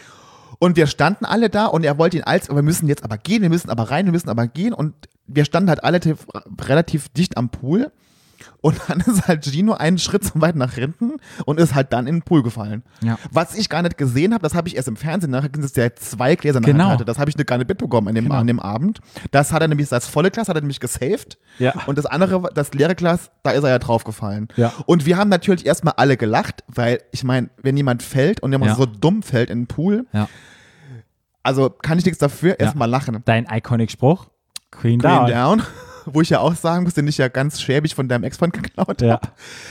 Und wir standen alle da und er wollte ihn als, wir müssen jetzt aber gehen, wir müssen aber rein, wir müssen aber gehen. Und wir standen halt alle relativ, relativ dicht am Pool. Und dann ist halt Gino einen Schritt so weit nach hinten und ist halt dann in den Pool gefallen. Ja. Was ich gar nicht gesehen habe, das habe ich erst im Fernsehen nachher gesehen, dass der zwei Gläser in der Genau. Hand hatte. Das habe ich nicht gar nicht mitbekommen an dem, Genau. an dem Abend. Das hat er nämlich, das volle Glas hat er nämlich gesaved. Ja. Und das andere, das leere Glas, da ist er ja draufgefallen. Ja. Und wir haben natürlich erstmal alle gelacht, weil ich meine, wenn jemand fällt und jemand Ja. so dumm fällt in den Pool, Ja. also kann ich nichts dafür, erstmal lachen. Dein Iconic-Spruch? Queen, Queen down. down. Wo ich ja auch sagen muss, den ich ja ganz schäbig von deinem Ex-Freund geklaut Ja. habe.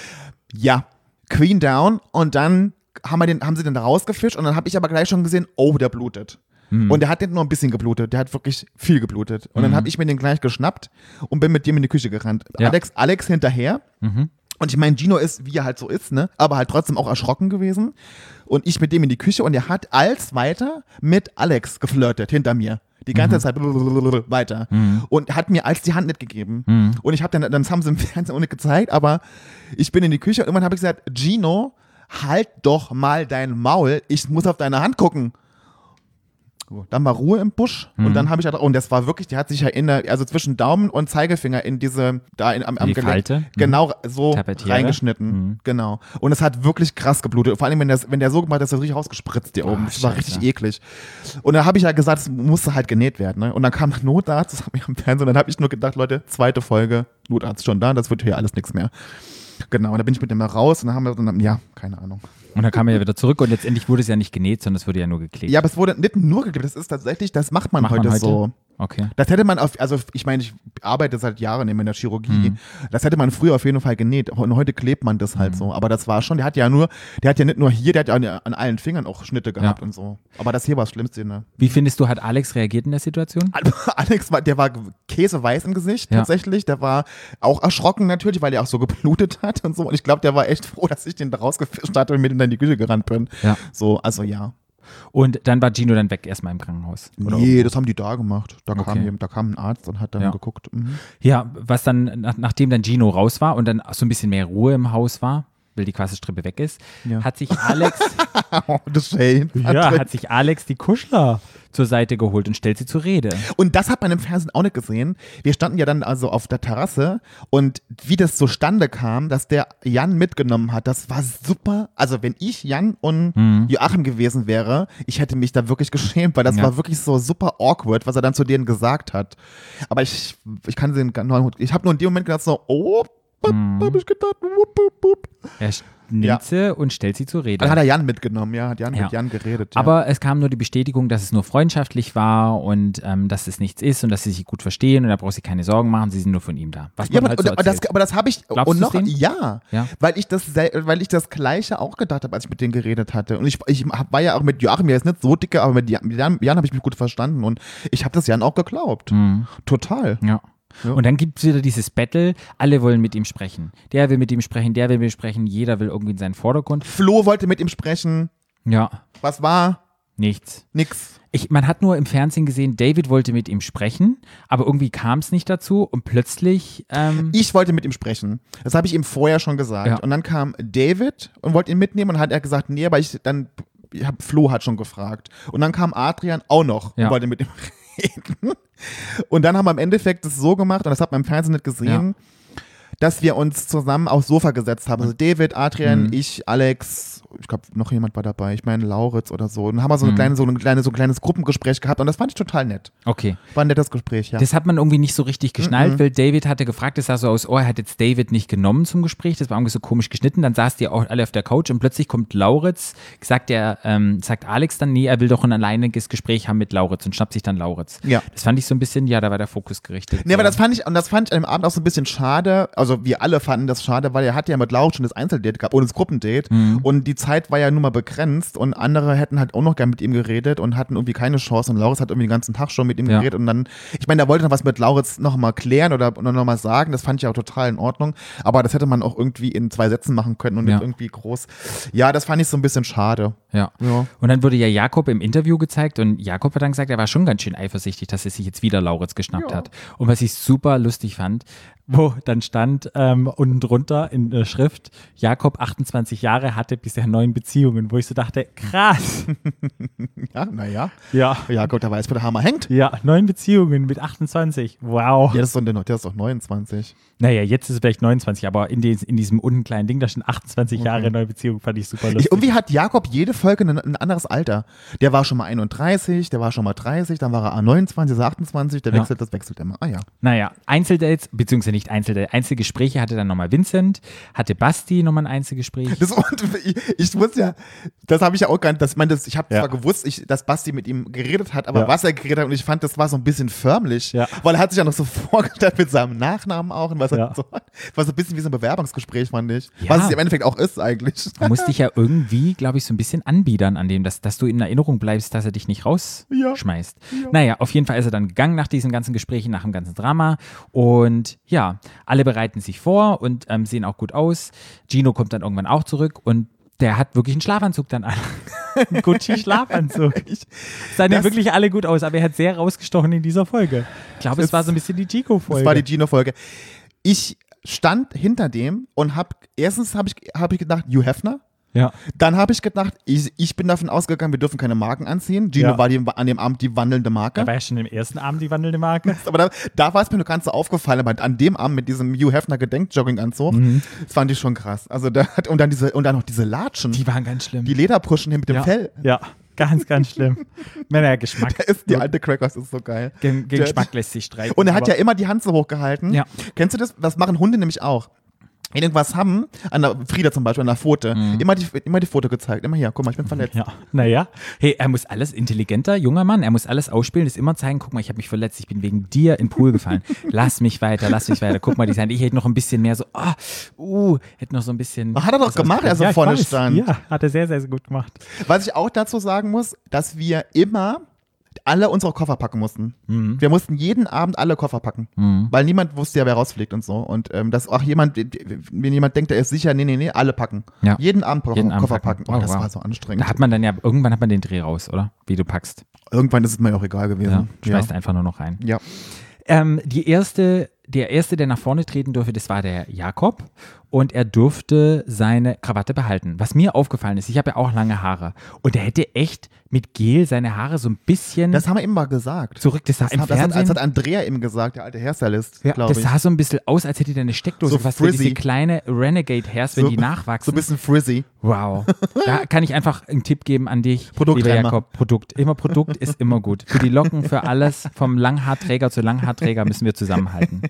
Ja, Queen down und dann haben, wir den, haben sie den da rausgefischt und dann habe ich aber gleich schon gesehen, oh, der blutet. Und der hat nicht nur ein bisschen geblutet, der hat wirklich viel geblutet. Und dann habe ich mir den gleich geschnappt und bin mit dem in die Küche gerannt. Ja. Alex, Alex hinterher. Mhm. Und ich meine, Gino ist, wie er halt so ist, ne, aber halt trotzdem auch erschrocken gewesen. Und ich mit dem in die Küche und er hat als weiter mit Alex geflirtet hinter mir. Die ganze Mhm. Zeit weiter. Und hat mir als die Hand nicht gegeben. Mhm. Und ich habe dann, dann haben sie im Fernsehen auch nicht gezeigt, aber ich bin in die Küche und irgendwann habe ich gesagt, Gino, halt doch mal dein Maul, ich muss auf deine Hand gucken. So, dann war Ruhe im Busch Mhm. und dann habe ich halt, und das war wirklich, der hat sich ja in der, also zwischen Daumen und Zeigefinger in diese, da in, am, am Die Gelenk, Falte? Mhm. genau so Tapetiere? reingeschnitten. Mhm. Genau. Und es hat wirklich krass geblutet. Vor allem, wenn, das, wenn der so gemacht hat, ist das richtig rausgespritzt hier Oh, oben. Das war Scheiße. richtig eklig. Und da habe ich ja gesagt, es musste halt genäht werden. Ne? Und dann kam Notarzt, das habe ich am Fernsehen, und dann habe ich nur gedacht, Leute, zweite Folge, Notarzt schon da, das wird hier alles nichts mehr. Genau, und da bin ich mit dem mal raus und dann haben wir, und dann, ja, keine Ahnung. Und dann kam er ja wieder zurück und letztendlich wurde es ja nicht genäht, sondern es wurde ja nur geklebt. Ja, aber es wurde nicht nur geklebt, das ist tatsächlich, das macht man, Macht man heute, heute? so. Okay. Das hätte man auf, also ich meine, ich arbeite seit Jahren in der Chirurgie. Mhm. Das hätte man früher auf jeden Fall genäht. Und heute klebt man das halt mhm. so. Aber das war schon, der hat ja nur, der hat ja nicht nur hier, der hat ja an, an allen Fingern auch Schnitte gehabt ja. und so. Aber das hier war das Schlimmste, ne? Wie findest du, hat Alex reagiert in der Situation? Alex war, der war käseweiß im Gesicht, ja. tatsächlich. Der war auch erschrocken natürlich, weil er auch so geblutet hat und so. Und ich glaube, der war echt froh, dass ich den da rausgefischt hatte und mit in die Küche gerannt bin. Ja. So, also ja. Und dann war Gino dann weg erstmal im Krankenhaus? Oder nee, irgendwo? Das haben die da gemacht. Da, okay. kam, da kam ein Arzt und hat dann ja. geguckt. Mhm. Ja, was dann, nach, nachdem dann Gino raus war und dann so ein bisschen mehr Ruhe im Haus war, weil die Quasselstrippe weg ist, ja. hat sich Alex oh, das Shane. ja, hat sich Alex die Kuschler zur Seite geholt und stellt sie zur Rede. Und das hat man im Fernsehen auch nicht gesehen. Wir standen ja dann also auf der Terrasse und wie das zustande kam, dass der Jan mitgenommen hat, das war super. Also wenn ich Jan und mhm. Joachim gewesen wäre, ich hätte mich da wirklich geschämt, weil das ja. war wirklich so super awkward, was er dann zu denen gesagt hat. Aber ich, ich kann den, ich habe nur in dem Moment gedacht so, oh, Mhm. hab ich gedacht, wupp, wupp, wupp. Er nimmt ja. sie und stellt sie zur Rede. Dann hat er Jan mitgenommen, ja, hat Jan ja. mit Jan geredet. Ja. Aber es kam nur die Bestätigung, dass es nur freundschaftlich war und ähm, dass es nichts ist und dass sie sich gut verstehen und da braucht sie keine Sorgen machen, sie sind nur von ihm da. Was ja, man aber, halt so aber, das, aber das habe ich Glaubst und noch denen? Ja, ja, weil ich das weil ich das Gleiche auch gedacht habe, als ich mit denen geredet hatte. Und ich, ich war ja auch mit Joachim, der ist nicht so dicke, aber mit Jan, mit Jan, Jan habe ich mich gut verstanden und ich habe das Jan auch geglaubt. Mhm. Total. Ja. Ja. Und dann gibt es wieder dieses Battle, alle wollen mit ihm sprechen. Der will mit ihm sprechen, der will mit ihm sprechen, jeder will irgendwie in seinen Vordergrund. Flo wollte mit ihm sprechen. Ja. Was war? Nichts. Nix. Ich, man hat nur im Fernsehen gesehen, David wollte mit ihm sprechen, aber irgendwie kam es nicht dazu und plötzlich… Ähm ich wollte mit ihm sprechen. Das habe ich ihm vorher schon gesagt. Ja. Und dann kam David und wollte ihn mitnehmen und hat er gesagt, nee, aber ich dann… Ich hab, Flo hat schon gefragt. Und dann kam Adrian auch noch und ja. wollte mit ihm reden. Und dann haben wir im Endeffekt das so gemacht, und das hat man im Fernsehen nicht gesehen, ja. dass wir uns zusammen aufs Sofa gesetzt haben. Also David, Adrian, mhm. ich, Alex, ich glaube, noch jemand war dabei, ich meine Lauritz oder so. Und dann haben wir so, eine mhm. kleine, so, eine kleine, so ein kleines Gruppengespräch gehabt und das fand ich total nett. Okay. War ein nettes Gespräch, ja. Das hat man irgendwie nicht so richtig geschnallt, mhm. weil David hatte gefragt, das sah so aus, oh, er hat jetzt David nicht genommen zum Gespräch, das war irgendwie so komisch geschnitten, dann saß die auch alle auf der Couch und plötzlich kommt Lauritz, sagt er, ähm, sagt Alex dann, nee, er will doch ein alleiniges Gespräch haben mit Lauritz und schnappt sich dann Lauritz. Ja. Das fand ich so ein bisschen, ja, da war der Fokus gerichtet. Nee, aber das fand ich, und das fand ich am Abend auch so ein bisschen schade, also wir alle fanden das schade, weil er hatte ja mit Lauritz schon das Einzeldate gehabt und das Gruppendate mhm. und die Zeit war ja nun mal begrenzt und andere hätten halt auch noch gern mit ihm geredet und hatten irgendwie keine Chance und Lauritz hat irgendwie den ganzen Tag schon mit ihm ja. geredet und dann, ich meine, da wollte noch was mit Lauritz noch mal klären oder noch mal sagen, das fand ich auch total in Ordnung, aber das hätte man auch irgendwie in zwei Sätzen machen können und ja. nicht irgendwie groß, ja, das fand ich so ein bisschen schade. Ja. ja. Und dann wurde ja Jakob im Interview gezeigt und Jakob hat dann gesagt, er war schon ganz schön eifersüchtig, dass er sich jetzt wieder Lauritz geschnappt ja. hat. Und was ich super lustig fand, wo dann stand ähm, unten drunter in der Schrift, Jakob, achtundzwanzig Jahre, hatte bisher neun Beziehungen, wo ich so dachte, krass. Ja, naja. Ja. Jakob, der weiß, wo der Hammer hängt. Ja, neun Beziehungen mit achtundzwanzig. Wow. Ja, das ist doch, der ist doch neunundzwanzig. Naja, jetzt ist es vielleicht neunundzwanzig, aber in, des, in diesem unten kleinen Ding, da stehen achtundzwanzig okay. Jahre neue Beziehungen, fand ich super lustig. Ich, irgendwie hat Jakob jede Folge ein, ein anderes Alter. Der war schon mal einunddreißig, der war schon mal dreißig, dann war er neunundzwanzig, ist er achtundzwanzig, der ja. wechselt, das wechselt immer. Ah ja. Naja, Einzeldates, beziehungsweise nicht Einzeldates, Einzelgespräche hatte dann nochmal Vincent, hatte Basti nochmal ein Einzelgespräch. Das, und ich, ich wusste ja, das habe ich ja auch gar nicht, das, ich, mein, das, ich habe ja. zwar gewusst, ich, dass Basti mit ihm geredet hat, aber ja. was er geredet hat, und ich fand, das war so ein bisschen förmlich, ja. weil er hat sich ja noch so vorgestellt mit seinem Nachnamen auch und was ja. er so hat. Das war so ein bisschen wie so ein Bewerbungsgespräch, fand ich. Ja. Was es im Endeffekt auch ist eigentlich. Du musst dich ja irgendwie, glaube ich, so ein bisschen anbiedern an dem, dass, dass du in Erinnerung bleibst, dass er dich nicht rausschmeißt. Ja. Ja. Naja, auf jeden Fall ist er dann gegangen nach diesen ganzen Gesprächen, nach dem ganzen Drama und ja, alle bereiten sich vor und ähm, sehen auch gut aus. Gino kommt dann irgendwann auch zurück und der hat wirklich einen Schlafanzug dann an. Ein Gucci-Schlafanzug. Sahen ja wirklich alle gut aus, aber er hat sehr rausgestochen in dieser Folge. Ich glaube, es war so ein bisschen die Gino-Folge. Es war die Gino-Folge. Ich stand hinter dem und hab, erstens habe ich, hab ich gedacht, Hugh Hefner. Ja. Dann habe ich gedacht, ich, ich bin davon ausgegangen, wir dürfen keine Marken anziehen. Gino ja. war die, an dem Abend die wandelnde Marke. Da war ja schon im ersten Abend die wandelnde Marke. Aber da, da war es mir nur ganz so aufgefallen, aber an dem Abend mit diesem Hugh Hefner Gedenkjogginganzug, mhm. das fand ich schon krass. Also da hat, und dann diese, und dann noch diese Latschen. Die waren ganz schlimm. Die Lederpruschen hier mit dem ja. Fell. Ja. Ganz, ganz schlimm. Naja, Geschmack. Der ist die alte Crackers, ist so geil. Gegen, gegen Geschmack lässt sich streiten. Und er hat ja immer die Hand so hochgehalten. Ja. Kennst du das? Das machen Hunde nämlich auch. irgendwas haben, an der Frieda zum Beispiel, an der Pfote, Mhm. immer, die, immer die Foto gezeigt. Immer hier, guck mal, ich bin verletzt. Ja, naja. Hey, er muss alles, intelligenter, junger Mann, er muss alles ausspielen, das immer zeigen, guck mal, ich habe mich verletzt, ich bin wegen dir in den Pool gefallen. Lass mich weiter, lass mich weiter. Guck mal, die sein, ich hätte noch ein bisschen mehr so, ah, uh, hätte noch so ein bisschen. Hat er doch gemacht, als er ja, ich vorne weiß. stand. Ja, hat er sehr, sehr gut gemacht. Was ich auch dazu sagen muss, dass wir immer alle unsere Koffer packen mussten. Mhm. Wir mussten jeden Abend alle Koffer packen, Mhm. weil niemand wusste ja, wer rausfliegt und so. Und ähm, dass auch jemand, wenn jemand denkt, der ist sicher, nee, nee, nee, alle packen. Ja. Jeden Abend Koffer, Jeden Abend Koffer packen. packen. Oh, Oh, das wow. war so anstrengend. Da hat man dann ja, irgendwann hat man den Dreh raus, oder? Wie du packst. Irgendwann ist es mir auch egal Ja, gewesen. schmeißt einfach nur noch rein. Ja. Ähm, die erste, der erste, der nach vorne treten durfte, das war der Jakob und er durfte seine Krawatte behalten. Was mir aufgefallen ist, ich habe ja auch lange Haare und er hätte echt mit Gel seine Haare so ein bisschen Das haben wir eben mal gesagt. zurück. Das sah Das, im hat, das, hat, Fernsehen. das hat Andrea eben gesagt, der alte Hairstylist, ja, glaube das ich. sah so ein bisschen aus, als hätte er eine Steckdose, So fast wie frizzy. diese kleine Renegade-Hairs, wenn So- die nachwachsen. So ein bisschen frizzy. Wow. Da kann ich einfach einen Tipp geben an dich, Produktrenner. lieber Jakob. Produkt. Immer Produkt ist immer gut. Für die Locken, für alles, vom Langhaarträger zu Langhaarträger müssen wir zusammenhalten.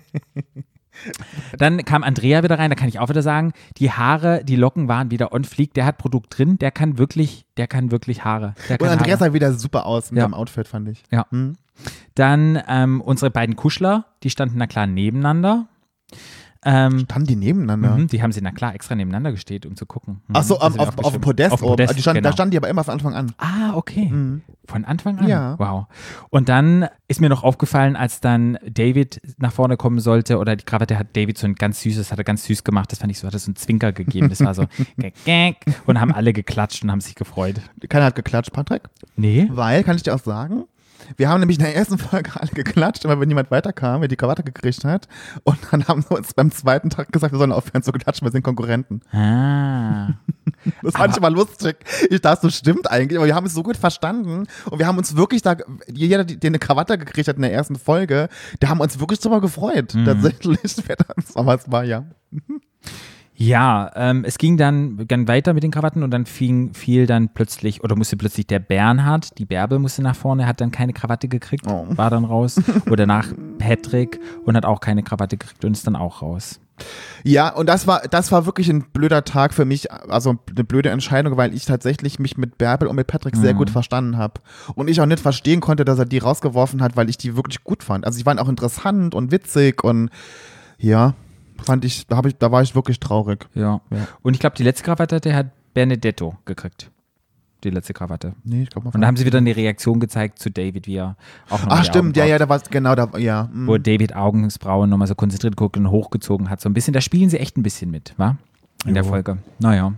Dann kam Andrea wieder rein, da kann ich auch wieder sagen, die Haare, die Locken waren wieder on fleek, der hat Produkt drin, der kann wirklich, der kann wirklich Haare. Der Und kann Andrea Haare. sah wieder super aus mit Ja. seinem Outfit, fand ich. Ja. Hm. Dann ähm, unsere beiden Kuschler, die standen na klar nebeneinander. Ähm, Standen die nebeneinander? mhm, die haben sie na klar extra nebeneinander gestellt, um zu gucken. Mhm, Ach so, das auf, ist auf, mir auf dem aufgeschrieben. Podest Auf dem oben. Podest, die stand, genau. Da standen die aber immer von Anfang an. Ah, okay. Mhm. Von Anfang an? Ja. Wow. Und dann ist mir noch aufgefallen, als dann David nach vorne kommen sollte, oder die Krawatte hat David so ein ganz süßes, hat er ganz süß gemacht, das fand ich so, hat er so einen Zwinker gegeben, das war so gäk, gäk, und haben alle geklatscht und haben sich gefreut. Keiner hat geklatscht, Patrick. Nee? Weil, kann ich dir auch sagen, wir haben nämlich in der ersten Folge alle geklatscht, immer wenn jemand weiterkam, wer die Krawatte gekriegt hat. Und dann haben sie uns beim zweiten Tag gesagt, wir sollen aufhören zu klatschen, wir sind Konkurrenten. Ah. Das fand ich immer lustig. Ich dachte, das stimmt eigentlich, aber wir haben es so gut verstanden und wir haben uns wirklich da, jeder, der eine Krawatte gekriegt hat in der ersten Folge, der haben uns wirklich drüber gefreut. Mhm. Tatsächlich, aber es war ja. Ja, ähm, es ging dann, dann weiter mit den Krawatten und dann fing, fiel dann plötzlich, oder musste plötzlich der Bernhard, die Bärbel musste nach vorne, hat dann keine Krawatte gekriegt, Oh. war dann raus. Oder nach Patrick und hat auch keine Krawatte gekriegt und ist dann auch raus. Ja, und das war, das war wirklich ein blöder Tag für mich, also eine blöde Entscheidung, weil ich tatsächlich mich mit Bärbel und mit Patrick sehr Mhm. gut verstanden habe. Und ich auch nicht verstehen konnte, dass er die rausgeworfen hat, weil ich die wirklich gut fand. Also die waren auch interessant und witzig und ja, fand ich, da, hab ich, da war ich wirklich traurig. Ja. Ja. Und ich glaube, die letzte Krawatte hat der hat Benedetto gekriegt. Die letzte Krawatte. Nee, ich glaube mal. Und da haben sie wieder eine Reaktion gezeigt zu David, wie er auch nochmal Ach die stimmt, ja, Augenbrauen- ja, da war es, genau, da, ja. mm. wo David Augensbrauen nochmal so konzentriert guckt und hochgezogen hat. So ein bisschen, da spielen sie echt ein bisschen mit, wa? In der Jo. Folge. Naja.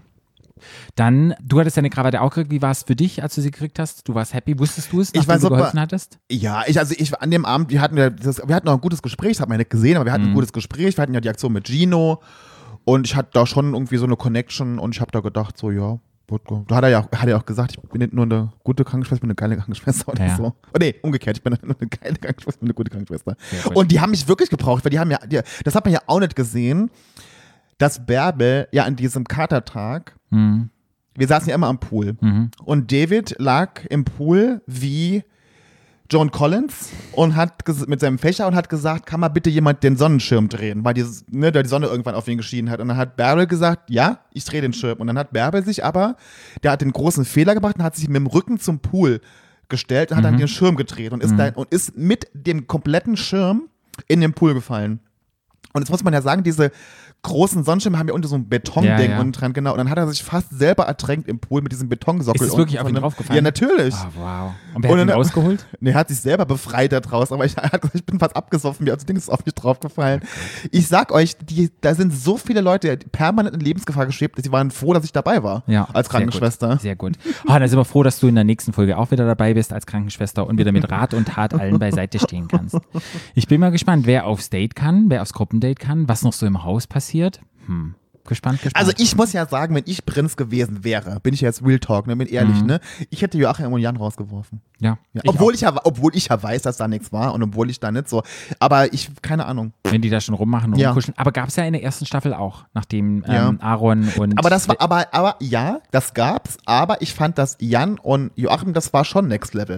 Dann, du hattest deine Krawatte auch gekriegt. Wie war es für dich, als du sie gekriegt hast? Du warst happy. Wusstest du es, Ich nachdem war du super- geholfen hattest? Ja, ich, also ich, an dem Abend, wir hatten ja, das, wir hatten noch ein gutes Gespräch, das hat man ja nicht gesehen, aber wir hatten Mhm. ein gutes Gespräch, wir hatten ja die Aktion mit Gino und ich hatte da schon irgendwie so eine Connection und ich habe da gedacht, so, ja, wird gut. Da hat er ja auch, hat er auch gesagt, ich bin nicht nur eine gute Krankenschwester, ich bin eine geile Krankenschwester oder Ja. so. Oh, nee, umgekehrt, ich bin nicht nur eine geile Krankenschwester, ich bin eine gute Krankenschwester. Sehr gut. Und die haben mich wirklich gebraucht, weil die haben ja, die, das hat man ja auch nicht gesehen, dass Bärbel ja an diesem Katertag, Mhm. wir saßen ja immer am Pool Mhm. und David lag im Pool wie Joan Collins und hat ges- mit seinem Fächer und hat gesagt, kann mal bitte jemand den Sonnenschirm drehen, weil die, ne, da die Sonne irgendwann auf ihn geschienen hat. Und dann hat Bärbel gesagt, ja, ich drehe den Schirm. Und dann hat Bärbel sich aber, der hat den großen Fehler gemacht und hat sich mit dem Rücken zum Pool gestellt und hat dann den Schirm gedreht und ist, da, und ist mit dem kompletten Schirm in den Pool gefallen. Und jetzt muss man ja sagen, diese großen Sonnenschirme haben ja unter so ein Betonding Ja, ja. unten dran, genau. Und dann hat er sich fast selber ertränkt im Pool mit diesem Betonsockel. Ist es wirklich unten auf von ihn dem- draufgefallen? Ja, natürlich. Ah, wow. Und wer Und hat ihn dann- rausgeholt? Nee, er hat sich selber befreit da draus, aber ich, er hat gesagt, ich bin fast abgesoffen, mir als Ding ist auf mich draufgefallen. Ich sag euch, die, da sind so viele Leute permanent in Lebensgefahr geschwebt, dass sie waren froh, dass ich dabei war. Ja, als Krankenschwester. Sehr gut. Sehr gut. Ah, dann sind wir froh, dass du in der nächsten Folge auch wieder dabei bist als Krankenschwester und wieder mit Rat und Tat allen beiseite stehen kannst. Ich bin mal gespannt, wer aufs Date kann, wer aufs Gruppendate kann, was noch so im Haus passiert. Hm. Gespannt, gespannt. Also ich muss ja sagen, wenn ich Prinz gewesen wäre, bin ich ja jetzt Real Talk, ne, bin ehrlich, Mhm. ne, ich hätte Joachim und Jan rausgeworfen. ja. Ja, Ich obwohl, auch. ich ja, obwohl ich ja weiß, dass da nichts war und obwohl ich da nicht so, aber ich, keine Ahnung. Wenn die da schon rummachen und Ja. rumkuscheln. Aber gab es ja in der ersten Staffel auch, nachdem Ja. ähm, Aaron und. Aber das war, aber, aber ja, das gab's, aber ich fand, dass Jan und Joachim, das war schon Next Level. Ja,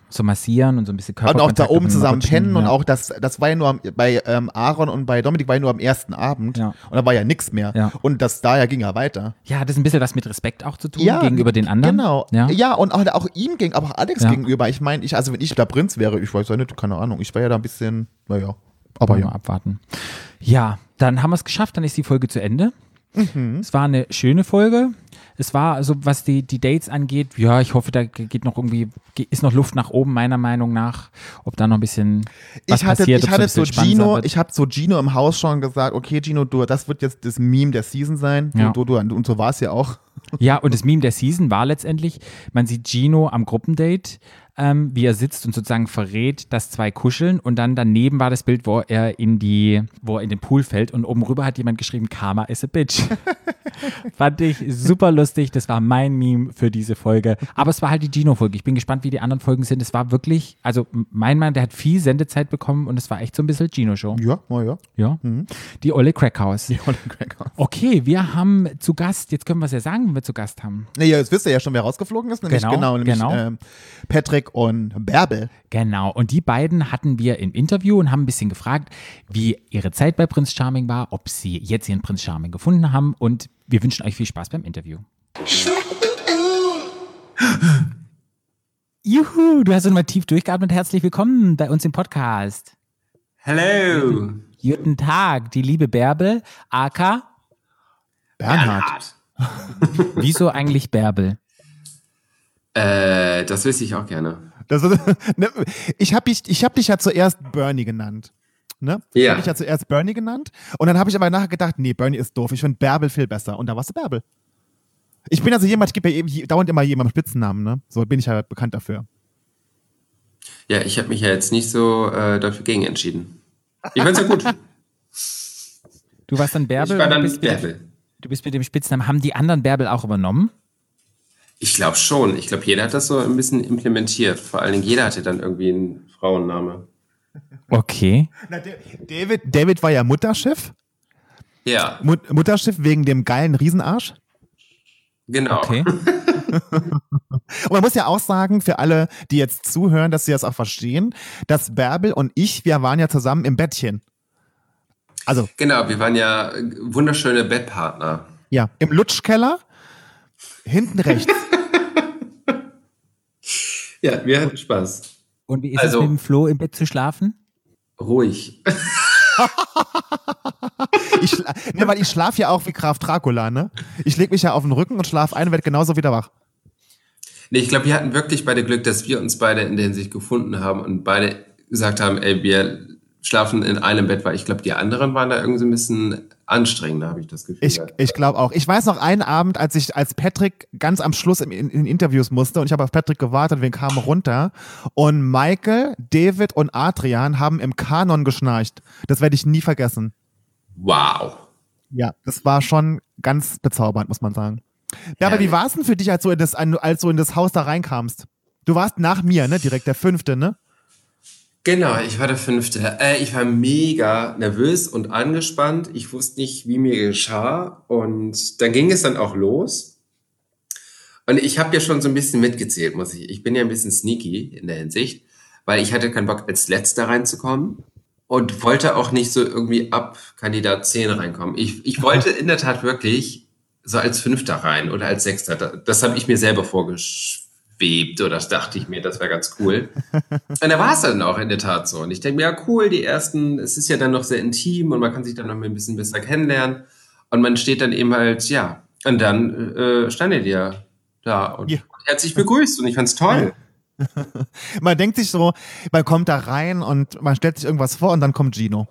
So massieren und so ein bisschen Und auch Körperkontakt. da oben zusammen rutschen, pennen und ja. auch das, das war ja nur am, bei ähm, Aaron und bei Dominik war ja nur am ersten Abend Ja. und da war ja nichts mehr. Ja. Und das da ja ging ja weiter. Ja, hat das ein bisschen was mit Respekt auch zu tun gegenüber den anderen? Genau. Ja. Ja, und auch, auch ihm ging, aber auch Alex Ja. gegenüber. Ich meine, ich, also wenn ich der Prinz wäre, ich weiß ja nicht, keine Ahnung, ich wäre ja da ein bisschen, naja, aber Wollen wir ja. mal abwarten. Ja, dann haben wir es geschafft, dann ist die Folge zu Ende. Mhm. Es war eine schöne Folge. Es war, also was die, die Dates angeht, ja, ich hoffe, da geht noch irgendwie, ist noch Luft nach oben, meiner Meinung nach. Ob da noch ein bisschen was Ich hatte, passiert, ich ob hatte so so ein bisschen spannender Gino, wird. ich habe so Gino im Haus schon gesagt, okay Gino, du, das wird jetzt das Meme der Season sein. Ja. Du, du, du, und so war es ja auch. Ja, und das Meme der Season war letztendlich, man sieht Gino am Gruppendate, ähm, wie er sitzt und sozusagen verrät, dass zwei kuscheln und dann daneben war das Bild, wo er in die, wo er in den Pool fällt und oben rüber hat jemand geschrieben, Karma is a bitch. Fand ich super lustig, das war mein Meme für diese Folge. Aber es war halt die Gino-Folge. Ich bin gespannt, wie die anderen Folgen sind. Es war wirklich, also mein Mann, der hat viel Sendezeit bekommen und es war echt so ein bisschen Gino-Show. Ja, na ja. Ja, die Olle Crackhouse. Die Olle Crackhouse. Okay, wir haben zu Gast, jetzt können wir es ja sagen, wenn wir zu Gast haben. Naja, jetzt wisst ihr ja schon, wer rausgeflogen ist, nämlich Genau, genau, nämlich genau. Ähm, Patrick und Bärbel. Genau, und die beiden hatten wir im Interview und haben ein bisschen gefragt, wie ihre Zeit bei Prince Charming war, ob sie jetzt ihren Prince Charming gefunden haben und wir wünschen euch viel Spaß beim Interview. Juhu, du hast schon mal tief durchgeatmet. Herzlich willkommen bei uns im Podcast. Hello. Guten Tag, die liebe Bärbel, aka, Bernhard. wieso eigentlich Bärbel? Äh, das wüsste ich auch gerne. Das ist, ne, ich habe dich, ich hab dich ja zuerst Bernie genannt. Ne? Ich Ja. habe dich ja zuerst Bernie genannt. Und dann habe ich aber nachher gedacht, nee, Bernie ist doof. Ich finde Bärbel viel besser. Und da warst du Bärbel. Ich bin also jemand, ich gebe ja eben, dauernd immer jemandem Spitzennamen. Ne? So bin ich ja bekannt dafür. Ja, ich habe mich ja jetzt nicht so äh, dafür gegen entschieden. Ich fand's ja gut. Du warst dann Bärbel. Ich war und dann bist mit dem- Bärbel. Du bist mit dem Spitznamen. Haben die anderen Bärbel auch übernommen? Ich glaube schon. Ich glaube, jeder hat das so ein bisschen implementiert. Vor allen Dingen jeder hatte dann irgendwie einen Frauenname. Okay. Na, David, David war ja Mutterschiff. Ja, Mut, Mutterschiff wegen dem geilen Riesenarsch. genau. Okay. Und man muss ja auch sagen, für alle, die jetzt zuhören, dass sie das auch verstehen, dass Bärbel und ich, wir waren ja zusammen im Bettchen. Also, Genau, wir waren ja wunderschöne Bettpartner. ja, im Lutschkeller, hinten rechts. Ja, wir hatten Spaß. Und wie ist Also- es mit dem Flo im Bett zu schlafen? Ruhig. Ich, schla- ne, weil ich schlafe ja auch wie Graf Dracula, ne? Ich lege mich ja auf den Rücken und schlafe ein und werde genauso wieder wach. Nee, ich glaube, wir hatten wirklich beide Glück, dass wir uns beide in der Hinsicht gefunden haben und beide gesagt haben, ey, wir schlafen in einem Bett, weil ich glaube, die anderen waren da irgendwie so ein bisschen anstrengender, habe ich das Gefühl. Ich, ich glaube auch. Ich weiß noch einen Abend, als ich als Patrick ganz am Schluss in, in, in Interviews musste und ich habe auf Patrick gewartet, wir kamen runter und Michael, David und Adrian haben im Kanon geschnarcht. Das werde ich nie vergessen. Wow. Ja, das war schon ganz bezaubernd, muss man sagen. Ja, aber Herrlich. wie war es denn für dich, als du in das, als du in das Haus da reinkamst? Du warst nach mir, ne? Direkt der Fünfte, ne? Genau, ich war der Fünfte. Äh, ich war mega nervös und angespannt. Ich wusste nicht, wie mir geschah. Und dann ging es dann auch los. Und ich habe ja schon so ein bisschen mitgezählt, muss ich. Ich bin ja ein bisschen sneaky in der Hinsicht, weil ich hatte keinen Bock, als Letzter reinzukommen und wollte auch nicht so irgendwie ab Kandidat zehn reinkommen. Ich, ich wollte in der Tat wirklich so als Fünfter rein oder als Sechster. Das, das habe ich mir selber vorgeschwebt oder das dachte ich mir, das wäre ganz cool. Und da war es dann auch in der Tat so. Und ich denke mir, ja cool, die ersten, es ist ja dann noch sehr intim und man kann sich dann noch mal ein bisschen besser kennenlernen. Und man steht dann eben halt, ja, und dann äh, standet ihr da und Ja. herzlich begrüßt und ich fand's toll. Man denkt sich so, man kommt da rein und man stellt sich irgendwas vor und dann kommt Gino.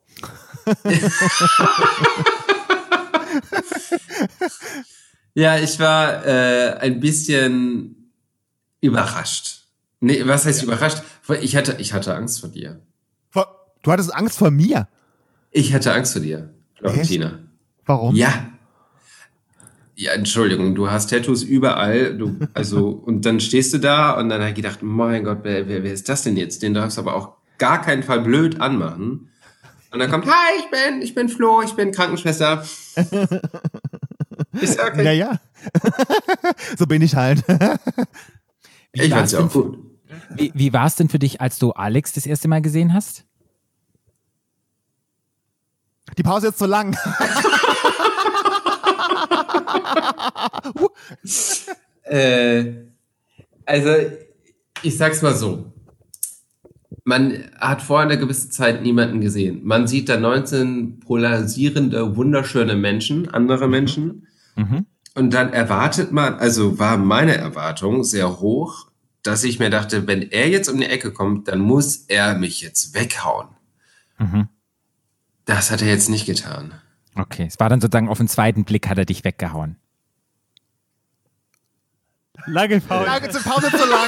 Ja, ich war äh, ein bisschen überrascht. Nee, was heißt überrascht? Ich hatte, ich hatte Angst vor dir. Vor- Du hattest Angst vor mir. Ich hatte Angst vor dir, Florentina. Warum? Ja. Ja, Entschuldigung, du hast Tattoos überall, du, also, und dann stehst du da und dann habe ich gedacht, mein Gott, wer, wer, wer ist das denn jetzt? Den darfst du aber auch gar keinen Fall blöd anmachen. Und dann kommt, hi, ich bin, ich bin Flo, ich bin Krankenschwester. Ich sag, okay. Ja, ja. So bin ich halt. Wie Ich war's fand's ja denn auch gut. Wie, wie war es denn für dich, als du Alex das erste Mal gesehen hast? Die Pause ist zu lang. äh, also, ich sag's mal so. Man hat vor einer gewissen Zeit niemanden gesehen. Man sieht da neunzehn polarisierende, wunderschöne Menschen, andere Menschen. Mhm. Und dann erwartet man, also war meine Erwartung sehr hoch, dass ich mir dachte, wenn er jetzt um die Ecke kommt, dann muss er mich jetzt weghauen. Mhm. Das hat er jetzt nicht getan. Okay, es war dann sozusagen auf den zweiten Blick hat er dich weggehauen. Lange Pause. Lange zur Pause zu lang.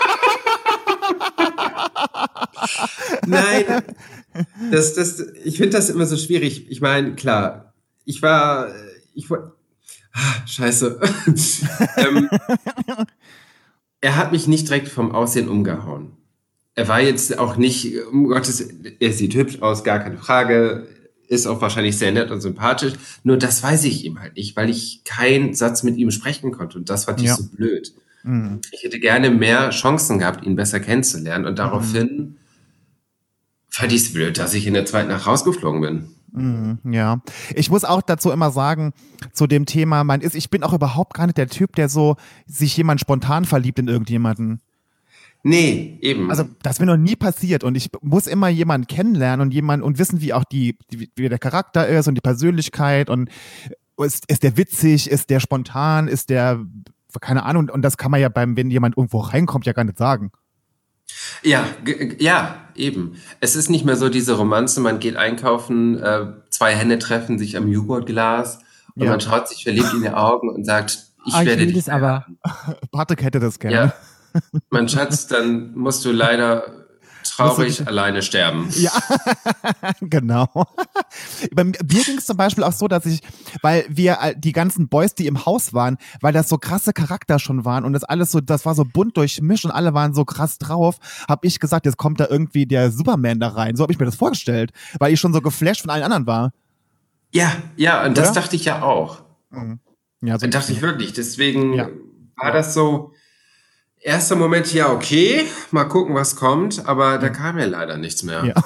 Nein, das, das, ich finde das immer so schwierig. Ich meine, klar, ich war, ich war, ah, scheiße. ähm, er hat mich nicht direkt vom Aussehen umgehauen. Er war jetzt auch nicht, um Gottes, er sieht hübsch aus, gar keine Frage, ist auch wahrscheinlich sehr nett und sympathisch. Nur das weiß ich ihm halt nicht, weil ich keinen Satz mit ihm sprechen konnte und das fand ich Ja. so blöd. Mhm. Ich hätte gerne mehr Chancen gehabt, ihn besser kennenzulernen und daraufhin fand ich es blöd, dass ich in der zweiten Nacht rausgeflogen bin. Mhm, ja, ich muss auch dazu immer sagen, zu dem Thema, man ist, ich bin auch überhaupt gar nicht der Typ, der so sich jemand spontan verliebt in irgendjemanden. Nee, eben. Also das ist mir noch nie passiert und ich muss immer jemanden kennenlernen und jemanden und wissen, wie auch die, die wie der Charakter ist und die Persönlichkeit und ist, ist der witzig, ist der spontan, ist der, keine Ahnung, und das kann man ja beim, wenn jemand irgendwo reinkommt, ja gar nicht sagen. Ja, g- ja, eben. Es ist nicht mehr so diese Romanze, man geht einkaufen, äh, zwei Hände treffen sich am Joghurtglas und Ja. man schaut sich verliebt in die Augen und sagt, ich Ah, ich werde will dich das aber. Patrick hätte das gerne. Ja, mein Schatz, dann musst du leider traurig Musst du- alleine sterben. Ja, genau. Bei mir ging es zum Beispiel auch so, dass ich, weil wir äh, die ganzen Boys, die im Haus waren, weil das so krasse Charakter schon waren und das alles so, das war so bunt durchmischt und alle waren so krass drauf, habe ich gesagt, jetzt kommt da irgendwie der Superman da rein. So habe ich mir das vorgestellt, weil ich schon so geflasht von allen anderen war. Ja, ja, und das Oder? dachte ich ja auch. Ja, so Das dachte ich wirklich. Deswegen Ja. war das so, erster Moment, ja, okay, mal gucken, was kommt, aber da kam ja leider nichts mehr. Ja.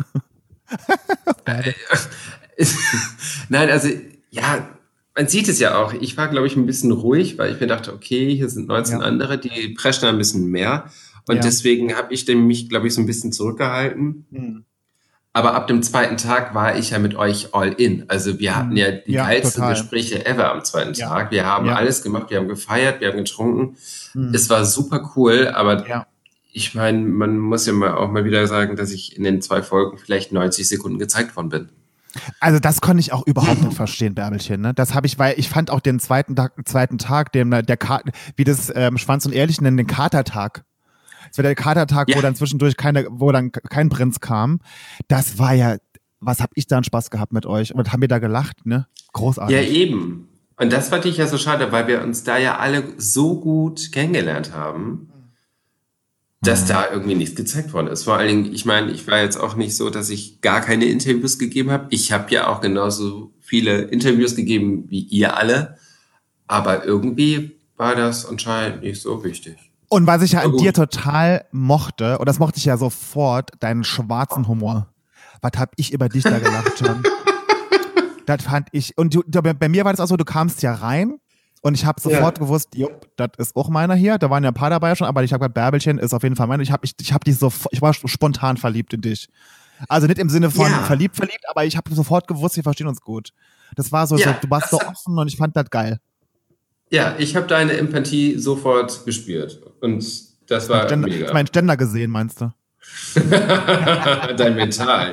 Nein, also, ja, man sieht es ja auch. Ich war, glaube ich, ein bisschen ruhig, weil ich mir dachte, okay, hier sind neunzehn Ja. andere, die preschen ein bisschen mehr. Und Ja. deswegen habe ich dem mich, glaube ich, so ein bisschen zurückgehalten. Mhm. Aber ab dem zweiten Tag war ich ja mit euch all in. Also wir hatten ja die Ja, geilsten total. Gespräche ever am zweiten Ja. Tag. Wir haben Ja. alles gemacht, wir haben gefeiert, wir haben getrunken. Mhm. Es war super cool, aber Ja. ich meine, man muss ja mal auch mal wieder sagen, dass ich in den zwei Folgen vielleicht neunzig Sekunden gezeigt worden bin. Also das konnte ich auch überhaupt nicht verstehen, Bärbelchen. Ne? Das habe ich, weil ich fand auch den zweiten Tag, zweiten Tag, dem der Ka- wie das ähm, Schwanz und Ehrlich nennen, den Katertag. Das war der Katertag, Ja. wo dann zwischendurch keine, wo dann kein Prinz kam. Das war ja, was hab ich da einen Spaß gehabt mit euch? Und haben wir da gelacht, ne? Großartig. Ja, eben. Und das fand ich ja so schade, weil wir uns da ja alle so gut kennengelernt haben, dass da irgendwie nichts gezeigt worden ist. Vor allen Dingen, ich meine, ich war jetzt auch nicht so, dass ich gar keine Interviews gegeben habe. Ich habe ja auch genauso viele Interviews gegeben wie ihr alle. Aber irgendwie war das anscheinend nicht so wichtig. Und was ich ja an gut. dir total mochte, und das mochte ich ja sofort, deinen schwarzen Humor. Was hab ich über dich da gelacht, John? Das fand ich, und du, du, bei mir war das auch so, du kamst ja rein und ich habe sofort Ja. gewusst, jupp, das ist auch meiner hier. Da waren ja ein paar dabei schon, aber ich habe gesagt, Bärbelchen ist auf jeden Fall meiner. Ich habe ich, ich hab dich so, ich war spontan verliebt in dich. Also nicht im Sinne von Ja. verliebt, verliebt, aber ich habe sofort gewusst, wir verstehen uns gut. Das war so, Ja, so du warst so das hat- offen und ich fand das geil. Ja, ich habe deine Empathie sofort gespürt. Und das war Ständer, mega. mein Ständer gesehen, meinst du? Dein Mental.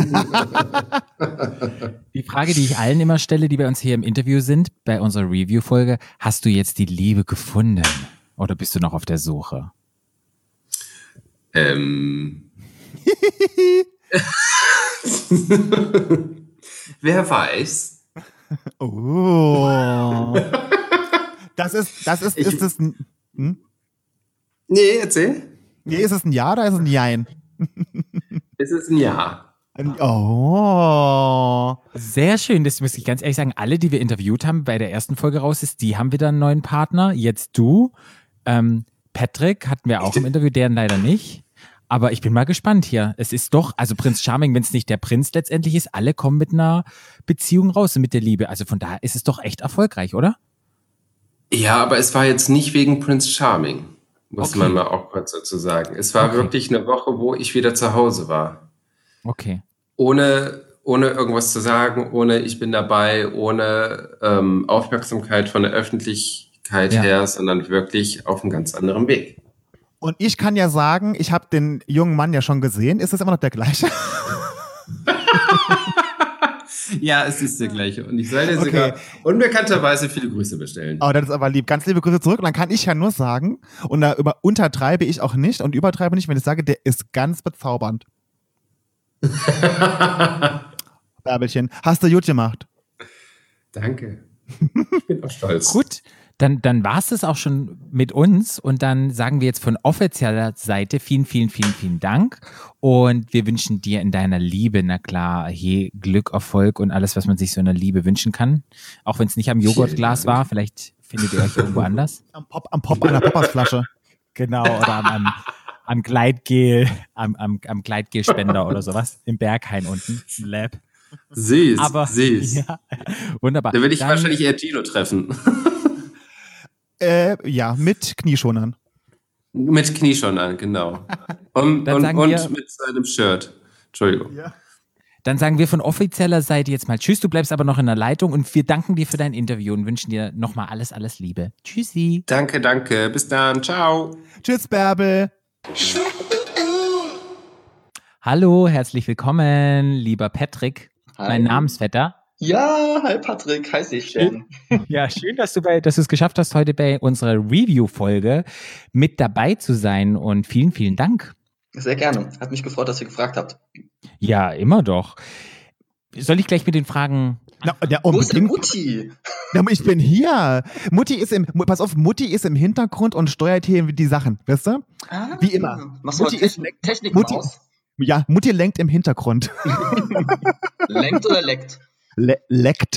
Die Frage, die ich allen immer stelle, die bei uns hier im Interview sind, bei unserer Review-Folge, hast du jetzt die Liebe gefunden? Oder bist du noch auf der Suche? ähm. Wer weiß. Oh. Das ist, das ist, Ich- ist es ein, hm? Nee, erzähl. Nee, ist es ein Ja oder ist es ein Jein? Es ist ein Ja. Ein, oh. Sehr schön, das muss ich ganz ehrlich sagen. Alle, die wir interviewt haben, bei der ersten Folge raus ist, die haben wieder einen neuen Partner. Jetzt du. Ähm, Patrick hatten wir auch im Interview, deren leider nicht. Aber ich bin mal gespannt hier. Es ist doch, also Prinz Charming, wenn es nicht der Prinz letztendlich ist, alle kommen mit einer Beziehung raus und mit der Liebe. Also von daher ist es doch echt erfolgreich, oder? Ja, aber es war jetzt nicht wegen Prince Charming, muss Okay. man mal auch kurz dazu sagen. Es war Okay. wirklich eine Woche, wo ich wieder zu Hause war. Okay. Ohne, ohne irgendwas zu sagen, ohne ich bin dabei, ohne ähm, Aufmerksamkeit von der Öffentlichkeit Ja. her, sondern wirklich auf einem ganz anderen Weg. Und ich kann ja sagen, ich habe den jungen Mann ja schon gesehen. Ist das immer noch der gleiche? Ja, es ist der gleiche. Und ich soll dir Okay. sogar unbekannterweise viele Grüße bestellen. Oh, das ist aber lieb. Ganz liebe Grüße zurück. Und dann kann ich ja nur sagen, und da über, untertreibe ich auch nicht und übertreibe nicht, wenn ich sage, der ist ganz bezaubernd. Bärbelchen, hast du gut gemacht. Danke. Ich bin auch stolz. Gut, dann, dann war es das auch schon mit uns und dann sagen wir jetzt von offizieller Seite vielen, vielen, vielen, vielen Dank und wir wünschen dir in deiner Liebe, na klar, hier Glück, Erfolg und alles, was man sich so in der Liebe wünschen kann. Auch wenn es nicht am Joghurtglas war, vielleicht findet ihr euch irgendwo anders. Am Pop, am Pop einer Poppersflasche. Genau, oder am, am, am Gleitgel, am, am, am Gleitgelspender oder sowas im Berghain unten im Lab. Süß, Aber süß. ja, wunderbar. Da will ich Dann- wahrscheinlich eher Gino treffen. Äh, ja, mit Knieschonern. Mit Knie schon an, genau. Und, Dann und, sagen und wir- mit seinem Shirt. Entschuldigung. Dann sagen wir von offizieller Seite jetzt mal Tschüss, du bleibst aber noch in der Leitung und wir danken dir für dein Interview und wünschen dir nochmal alles, alles Liebe. Tschüssi. Danke, danke. Bis dann. Ciao. Tschüss, Bärbel. Hallo, herzlich willkommen, lieber Patrick, Hi. mein Namensvetter. Ja, hi Patrick, hi Seestern. Ja, schön, dass du bei, dass du es geschafft hast, heute bei unserer Review-Folge mit dabei zu sein und vielen, vielen Dank. Sehr gerne. Hat mich gefreut, dass ihr gefragt habt. Ja, immer doch. Soll ich gleich mit den Fragen? Na, ja, Wo ist denn unbedingt. Mutti? Ja, ich bin hier. Mutti ist im, pass auf, Mutti ist im Hintergrund und steuert hier die Sachen, weißt du? Ah, Wie immer. Machst du mal Mutti ist- Technik, Technik Mutti- Maus? Ja, Mutti lenkt im Hintergrund. Lenkt oder leckt? Le leckt.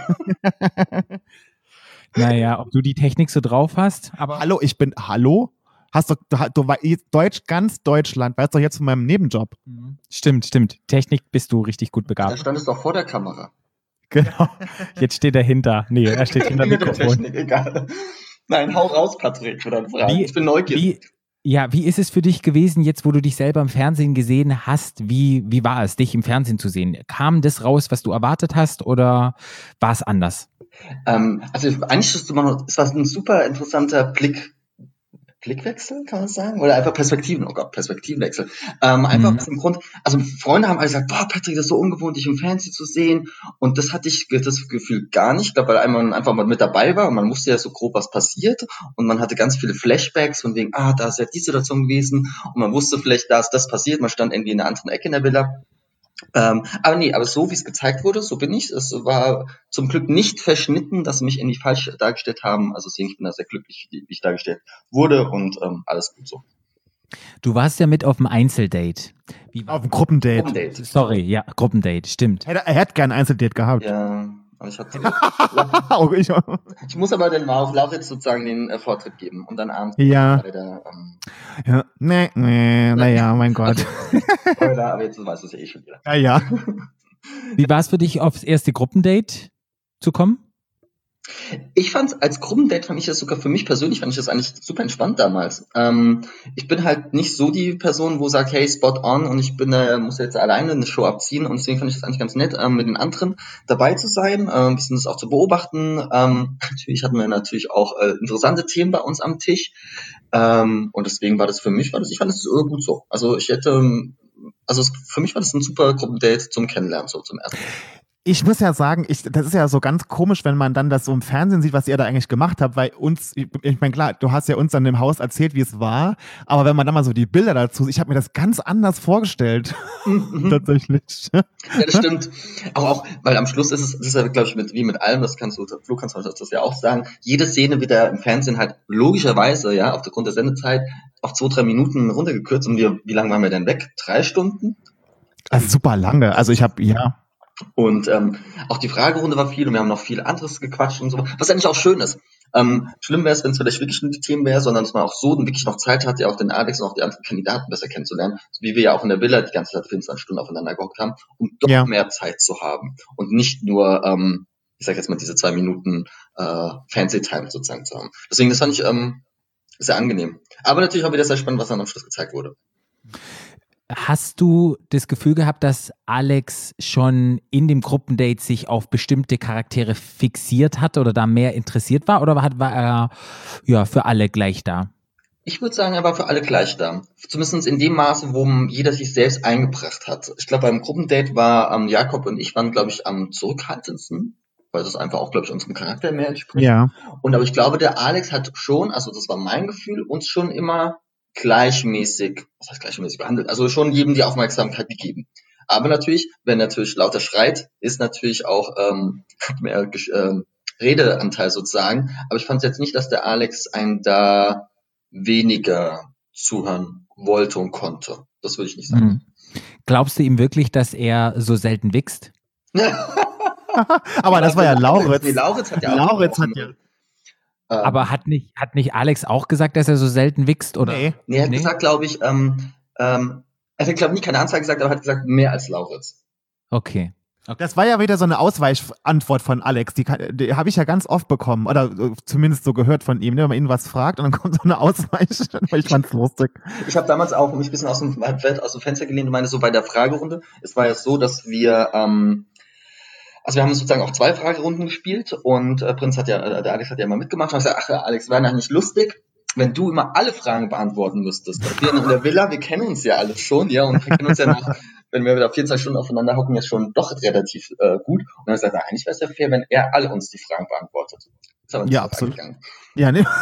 Naja, ob du die Technik so drauf hast, aber Hallo, ich bin, hallo? Hast du, du, du wei- Deutsch, ganz Deutschland, weißt du jetzt von meinem Nebenjob. stimmt, stimmt. Technik bist du richtig gut Da begabt. stand es doch vor der Kamera. Genau. Jetzt steht er hinter. Nee, er steht hinter dem Mit der Mikrofon. Technik, egal. Nein, hau raus, Patrick, für deine Frage. Wie- Ich bin neugierig. Wie, ja, wie ist es für dich gewesen, jetzt wo du dich selber im Fernsehen gesehen hast? Wie, wie war es, dich im Fernsehen zu sehen? Kam das raus, was du erwartet hast, oder war es anders? Ähm, also eigentlich ist es immer noch, ist das ein super interessanter Blick, Blickwechsel, kann man das sagen? Oder einfach Perspektiven, oh Gott, Perspektivenwechsel. Ähm, einfach Mhm. aus dem Grund, also Freunde haben alle gesagt, boah, Patrick, das ist so ungewohnt, dich im Fernsehen zu sehen. Und das hatte ich, das Gefühl gar nicht. Ich glaube, weil man einfach mal mit dabei war und man wusste ja so grob, was passiert. Und man hatte ganz viele Flashbacks von wegen, ah, da ist ja die Situation gewesen. Und man wusste vielleicht, da ist das passiert. Man stand irgendwie in einer anderen Ecke in der Villa. Ähm, aber nee, aber so wie es gezeigt wurde, so bin ich. Es war zum Glück nicht verschnitten, dass sie mich irgendwie falsch dargestellt haben. Also deswegen, ich bin da sehr glücklich, wie ich dargestellt wurde und ähm, alles gut so. Du warst ja mit auf dem Einzeldate. Wie war Auf dem Gruppendate. Gruppendate. Sorry, ja, Gruppendate, stimmt. Er, er hätte gern ein Einzeldate gehabt. Ja, aber ich hatte. Oh, ich, Ich muss aber den Lauf, Lauf jetzt sozusagen den äh, Vortritt geben und dann abends Ja. leider, ähm, ja. Nee, nee, naja, mein Gott. Spoiler, aber jetzt weißt du es ja eh schon wieder. Ja, ja. Wie war es für dich, aufs erste Gruppendate zu kommen? Ich fand als Gruppendate, fand ich das sogar für mich persönlich, fand ich das eigentlich super entspannt damals. Ähm, ich bin halt nicht so die Person, wo sagt, hey, spot on und ich bin, äh, muss jetzt alleine eine Show abziehen und deswegen fand ich das eigentlich ganz nett, ähm, mit den anderen dabei zu sein, äh, ein bisschen das auch zu beobachten. Ähm, natürlich hatten wir natürlich auch äh, interessante Themen bei uns am Tisch ähm, und deswegen war das für mich, war das, ich fand das äh, gut so. Also ich hätte, ähm, also es, für mich war das ein super Gruppendate zum Kennenlernen, so zum ersten Mal. Ich muss ja sagen, ich, das ist ja so ganz komisch, wenn man dann das so im Fernsehen sieht, was ihr da eigentlich gemacht habt, weil uns, ich, ich meine, klar, du hast ja uns dann im Haus erzählt, wie es war, aber wenn man dann mal so die Bilder dazu sieht, ich habe mir das ganz anders vorgestellt, tatsächlich. Ja, das stimmt. Aber auch, weil am Schluss ist es, das ist ja, glaube ich, mit, wie mit allem, das kannst du, Flo, kannst du das ja auch sagen, jede Szene wird ja im Fernsehen halt logischerweise, ja, aufgrund der Sendezeit auf zwei, drei Minuten runtergekürzt und wir, wie lange waren wir denn weg? Drei Stunden? Also super lange, also ich habe, ja. Und ähm, auch die Fragerunde war viel und wir haben noch viel anderes gequatscht und so, was eigentlich auch schön ist. Ähm, schlimm wäre es, wenn es vielleicht wirklich nur die Themen wäre, sondern dass man auch so wirklich noch Zeit hat, ja auch den Alex und auch die anderen Kandidaten besser kennenzulernen, so wie wir ja auch in der Villa die ganze Zeit vierundzwanzig Stunden aufeinander gehockt haben, um doch Ja. mehr Zeit zu haben und nicht nur, ähm, ich sag jetzt mal, diese zwei Minuten äh, Fancy-Time sozusagen zu haben. Deswegen, das fand ich ähm, sehr angenehm. Aber natürlich auch wieder sehr spannend, was dann am Schluss gezeigt wurde. Hast du das Gefühl gehabt, dass Alex schon in dem Gruppendate sich auf bestimmte Charaktere fixiert hat oder da mehr interessiert war? Oder war, war er ja, für alle gleich da? Ich würde sagen, er war für alle gleich da. Zumindest in dem Maße, wo jeder sich selbst eingebracht hat. Ich glaube, beim Gruppendate war ähm, Jakob und ich waren, glaube ich, am zurückhaltendsten, weil das einfach auch, glaube ich, unserem Charakter mehr entspricht. Ja. Und aber ich glaube, der Alex hat schon, also das war mein Gefühl, uns schon immer gleichmäßig, was heißt gleichmäßig behandelt, also schon jedem die Aufmerksamkeit gegeben. Aber natürlich, wenn natürlich lauter schreit, ist natürlich auch ähm, mehr ähm, Redeanteil sozusagen. Aber ich fand es jetzt nicht, dass der Alex einen da weniger zuhören wollte und konnte. Das würde ich nicht sagen. Mhm. Glaubst du ihm wirklich, dass er so selten wichst? Aber das war ja Lauritz. Nee, Lauritz hat ja auch Lauritz hat gesprochen. ja. Ähm, Aber hat nicht, hat nicht Alex auch gesagt, dass er so selten wichst? Oder? Nee. nee, er hat Nee? gesagt, glaube ich, ähm, ähm, er hat, glaube ich, nie keine Anzeige gesagt, aber er hat gesagt, mehr als Lauritz. Okay. Das war ja wieder so eine Ausweichantwort von Alex. Die, kann- die habe ich ja ganz oft bekommen. Oder äh, zumindest so gehört von ihm, ne, wenn man ihn was fragt und dann kommt so eine Ausweich. Ich fand's lustig. Ich habe damals auch mich ein bisschen aus dem, aus dem Fenster gelehnt und meine, so bei der Fragerunde, es war ja so, dass wir, ähm, also wir haben sozusagen auch zwei Fragerunden gespielt und äh, Prinz hat ja, äh, der Alex hat ja immer mitgemacht und ich gesagt, ach Alex, wäre eigentlich lustig, wenn du immer alle Fragen beantworten müsstest. Und wir in der Villa, wir kennen uns ja alle schon, ja, und wir kennen uns ja nach, wenn wir wieder vierundzwanzig Stunden aufeinander hocken, jetzt schon doch relativ äh, gut. Und dann sagt er, eigentlich wäre es ja fair, wenn er alle uns die Fragen beantwortet. Ist aber nicht Ja, so absolut. eingegangen. Ja, ne?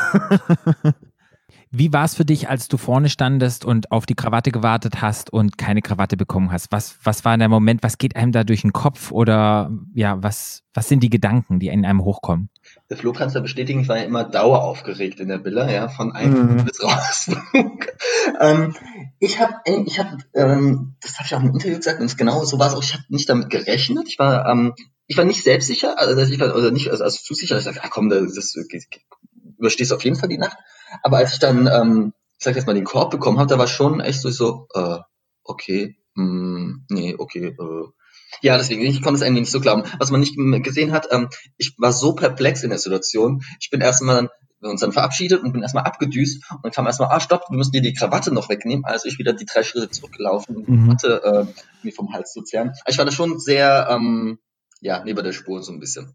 Wie war es für dich, als du vorne standest und auf die Krawatte gewartet hast und keine Krawatte bekommen hast? Was, was war der Moment, was geht einem da durch den Kopf oder ja, was, was sind die Gedanken, die in einem hochkommen? Der Flo kann es ja bestätigen, ich war ja immer daueraufgeregt in der Villa, ja, von Einflug Mhm. bis Rausflug. ähm, ich habe, ich hab, ähm, das habe ich auch im Interview gesagt, und es genau so war es auch, ich habe nicht damit gerechnet. Ich war, ähm, ich war nicht selbstsicher, also ich war, oder nicht, also, also zu sicher, ich dachte, ach komm, das, das überstehst du auf jeden Fall die Nacht. Aber als ich dann, ähm, ich sag jetzt mal, den Korb bekommen habe, da war schon echt so, ich so, äh, okay, mh, nee, okay, äh, ja, deswegen, ich konnte es eigentlich nicht so glauben. Was man nicht m- gesehen hat, ähm, ich war so perplex in der Situation. Ich bin erstmal dann, wir haben uns dann verabschiedet und bin erstmal abgedüst und dann kam erstmal, ah, stopp, wir müssen dir die Krawatte noch wegnehmen. Also ich wieder die drei Schritte zurückgelaufen, um die Mhm. Krawatte äh, mir vom Hals zu zerren. Also ich war da schon sehr, ähm, ja, neben der Spur so ein bisschen.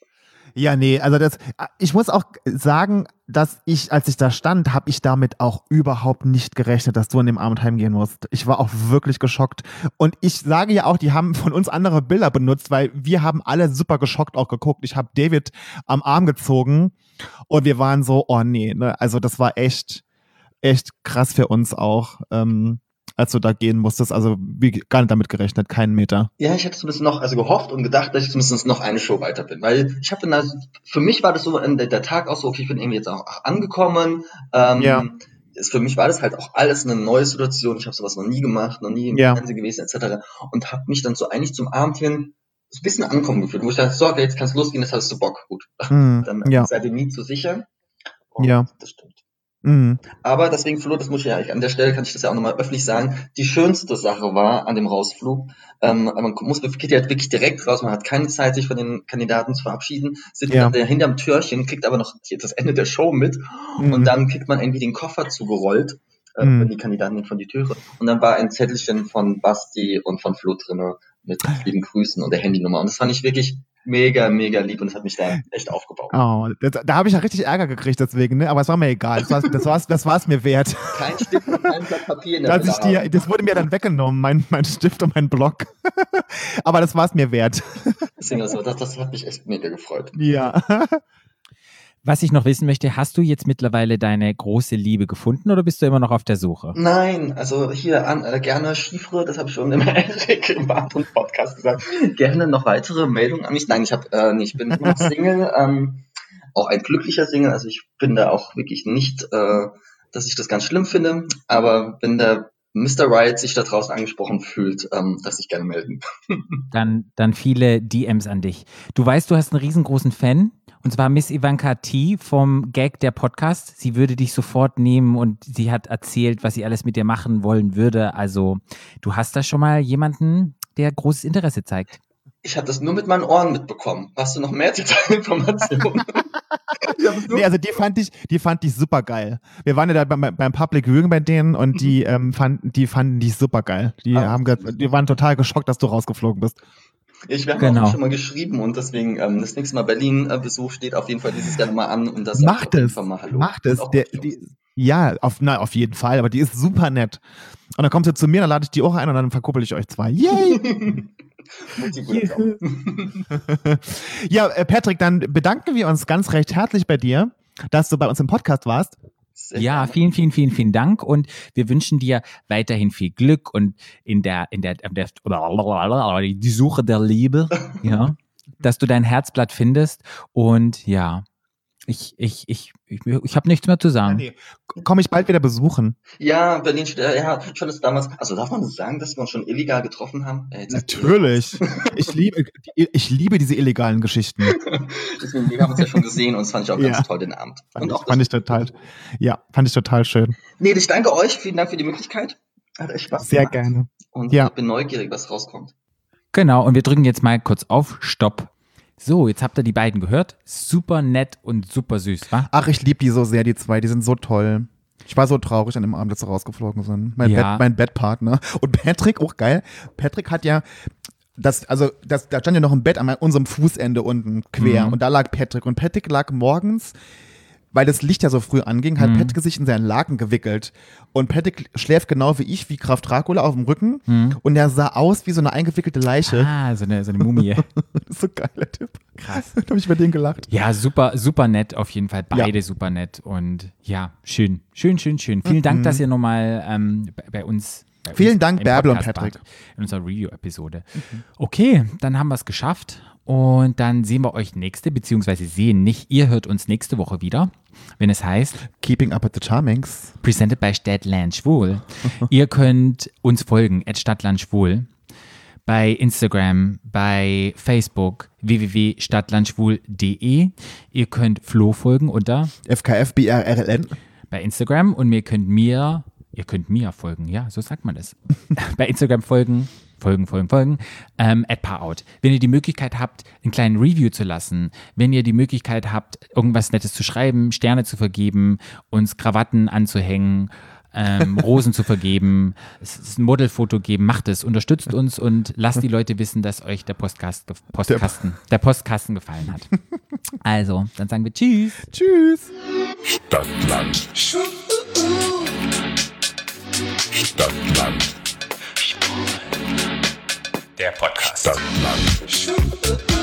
Ja, nee, also das, ich muss auch sagen, dass ich, als ich da stand, habe ich damit auch überhaupt nicht gerechnet, dass du an dem Abend heimgehen musst. Ich war auch wirklich geschockt. Und ich sage ja auch, die haben von uns andere Bilder benutzt, weil wir haben alle super geschockt auch geguckt. Ich habe David am Arm gezogen und wir waren so, oh nee, ne? Also das war echt, echt krass für uns auch, ähm, als du da gehen musstest. Also wie, gar nicht damit gerechnet, keinen Meter. Ja, ich hätte zumindest noch, also gehofft und gedacht, dass ich zumindest noch eine Show weiter bin. Weil ich habe dann, für mich war das so, äh, der, der Tag auch so, okay, ich bin irgendwie jetzt auch angekommen. Ähm, Ja. ist, für mich war das halt auch alles eine neue Situation. Ich habe sowas noch nie gemacht, noch nie im Ja. Fernsehen gewesen, et cetera. Und habe mich dann so eigentlich zum Abend hin so ein bisschen ankommen gefühlt, wo ich dachte, so, okay, jetzt kann's losgehen, jetzt hast du Bock. Gut. Mhm. Dann Ja. seid ihr nie zu sicher. Und Ja. das stimmt. Mhm. Aber deswegen, Flo, das muss ich ja, an der Stelle kann ich das ja auch nochmal öffentlich sagen, die schönste Sache war an dem Rausflug, ähm, man muss, geht ja wirklich direkt raus, man hat keine Zeit, sich von den Kandidaten zu verabschieden, sitzt Ja. dann hinterm Türchen, kriegt aber noch das Ende der Show mit Mhm. und dann kriegt man irgendwie den Koffer zugerollt, äh, Mhm. wenn die Kandidaten nicht von die Türe und dann war ein Zettelchen von Basti und von Flo drinne mit lieben Grüßen und der Handynummer und das fand ich wirklich mega, mega lieb und das hat mich da echt aufgebaut. Oh, das, da habe ich ja richtig Ärger gekriegt deswegen, ne? Aber es war mir egal. Das war es das war's, das war's mir wert. Kein Stift und kein Blatt Papier in der Dass ich Villa dir, haben. das wurde mir dann weggenommen, mein, mein Stift und mein Block. Aber das war es mir wert. Deswegen, also, das, das hat mich echt mega gefreut. Ja. Was ich noch wissen möchte, hast du jetzt mittlerweile deine große Liebe gefunden oder bist du immer noch auf der Suche? Nein, also hier an, äh, gerne Chiffre, das habe ich schon im Erik im Barton Podcast gesagt. Gerne noch weitere Meldungen an mich. Nein, ich habe, äh, nee, ich bin immer noch Single, ähm, auch ein glücklicher Single. Also ich bin da auch wirklich nicht, äh, dass ich das ganz schlimm finde, aber wenn der Mister Right sich da draußen angesprochen fühlt, ähm, dass ich gerne melden. Dann, dann viele D Ms an dich. Du weißt, du hast einen riesengroßen Fan Und zwar Miss Ivanka T. vom Gag der Podcast. Sie würde dich sofort nehmen und sie hat erzählt, was sie alles mit dir machen wollen würde. Also du hast da schon mal jemanden, der großes Interesse zeigt. Ich habe das nur mit meinen Ohren mitbekommen. Hast du noch mehr Detailinformationen? Nee, also die fand ich, die fand ich super geil. Wir waren ja da beim, beim Public Viewing bei denen und die, ähm, fanden, die fanden die super geil. Die Ah. haben gesagt, die waren total geschockt, dass du rausgeflogen bist. Ich werde Genau. auch schon mal geschrieben und deswegen ähm, das nächste Mal Berlin-Besuch steht auf jeden Fall dieses Jahr nochmal an. Und das sag ich Macht auf jeden es, Fall mal Hallo. macht Und es. auch Der, die die, Jungs. ja, auf, na, auf jeden Fall, aber die ist super nett. Und dann kommt sie zu mir, dann lade ich die auch ein und dann verkuppel ich euch zwei. Yay! Mutti, guter Job. Ja, äh, Patrick, dann bedanken wir uns ganz recht herzlich bei dir, dass du bei uns im Podcast warst. Sehr Ja, gerne. vielen, vielen, vielen, vielen Dank und wir wünschen dir weiterhin viel Glück und in der, in der, in der die Suche der Liebe, ja, dass du dein Herzblatt findest und ja, ich, ich, ich, ich, ich habe nichts mehr zu sagen. Nee. Komm ich bald wieder besuchen. Ja, Berlin steht, äh, ja, ich fand es damals, also darf man das sagen, dass wir uns schon illegal getroffen haben? Äh, jetzt- Natürlich. Ich liebe, ich liebe diese illegalen Geschichten. Deswegen, wir haben uns ja schon gesehen und das fand ich auch ganz Ja. toll, den Abend. Fand, Und ich, auch fand das, ich total, ja, fand ich total schön. nee, ich danke euch, vielen Dank für die Möglichkeit. Hat echt Spaß Sehr gemacht. gerne. Und Ja. ich bin neugierig, was rauskommt. Genau, und wir drücken jetzt mal kurz auf Stopp. So, jetzt habt ihr die beiden gehört. Super nett und super süß, wa? Ach, ich liebe die so sehr, die zwei. Die sind so toll. Ich war so traurig an dem Abend, dass sie rausgeflogen sind. Mein, Ja. Bett, mein Bettpartner. Und Patrick, auch geil. Patrick hat ja, das, also, das, da stand ja noch ein Bett an mein- unserem Fußende unten quer. Mhm. Und da lag Patrick. Und Patrick lag morgens, weil das Licht ja so früh anging, hat Mhm. Patrick sich in seinen Laken gewickelt. Und Patrick schläft genau wie ich, wie Graf Dracula auf dem Rücken. Und er sah aus wie so eine eingewickelte Leiche. Ah, so eine, so eine Mumie. Das ist so ein geiler Typ. Krass. Da habe ich bei denen gelacht. Ja, super, super nett auf jeden Fall. Beide Ja. super nett. Und ja, schön, schön, schön, schön. Vielen Dank, dass ihr nochmal ähm, bei, bei uns. Bei Vielen uns Dank, im Bärbel und Podcast Patrick. wart, in unserer Review-Episode. Okay, dann haben wir es geschafft. Und dann sehen wir euch nächste, beziehungsweise sehen nicht. Ihr hört uns nächste Woche wieder, wenn es heißt Keeping Up with the Charmings. Presented by Stadtland Schwul. Ihr könnt uns folgen, at Stadtland Schwul. Bei Instagram, bei Facebook, w w w punkt stadtlandschwul punkt de. Ihr könnt Flo folgen unter F K F B R R L N. bei Instagram und ihr könnt mir, ihr könnt mir folgen, ja, so sagt man das. Bei Instagram folgen, folgen, folgen, folgen, ähm, at Parout. Wenn ihr die Möglichkeit habt, einen kleinen Review zu lassen, wenn ihr die Möglichkeit habt, irgendwas Nettes zu schreiben, Sterne zu vergeben, uns Krawatten anzuhängen, ähm, Rosen zu vergeben, es ist ein Modelfoto geben, macht es, unterstützt uns und lasst die Leute wissen, dass euch der Postkast, Postkasten, der Postkasten gefallen hat. Also, dann sagen wir Tschüss. Tschüss. Stadtland. Stadtland. Der Podcast. Stadtland.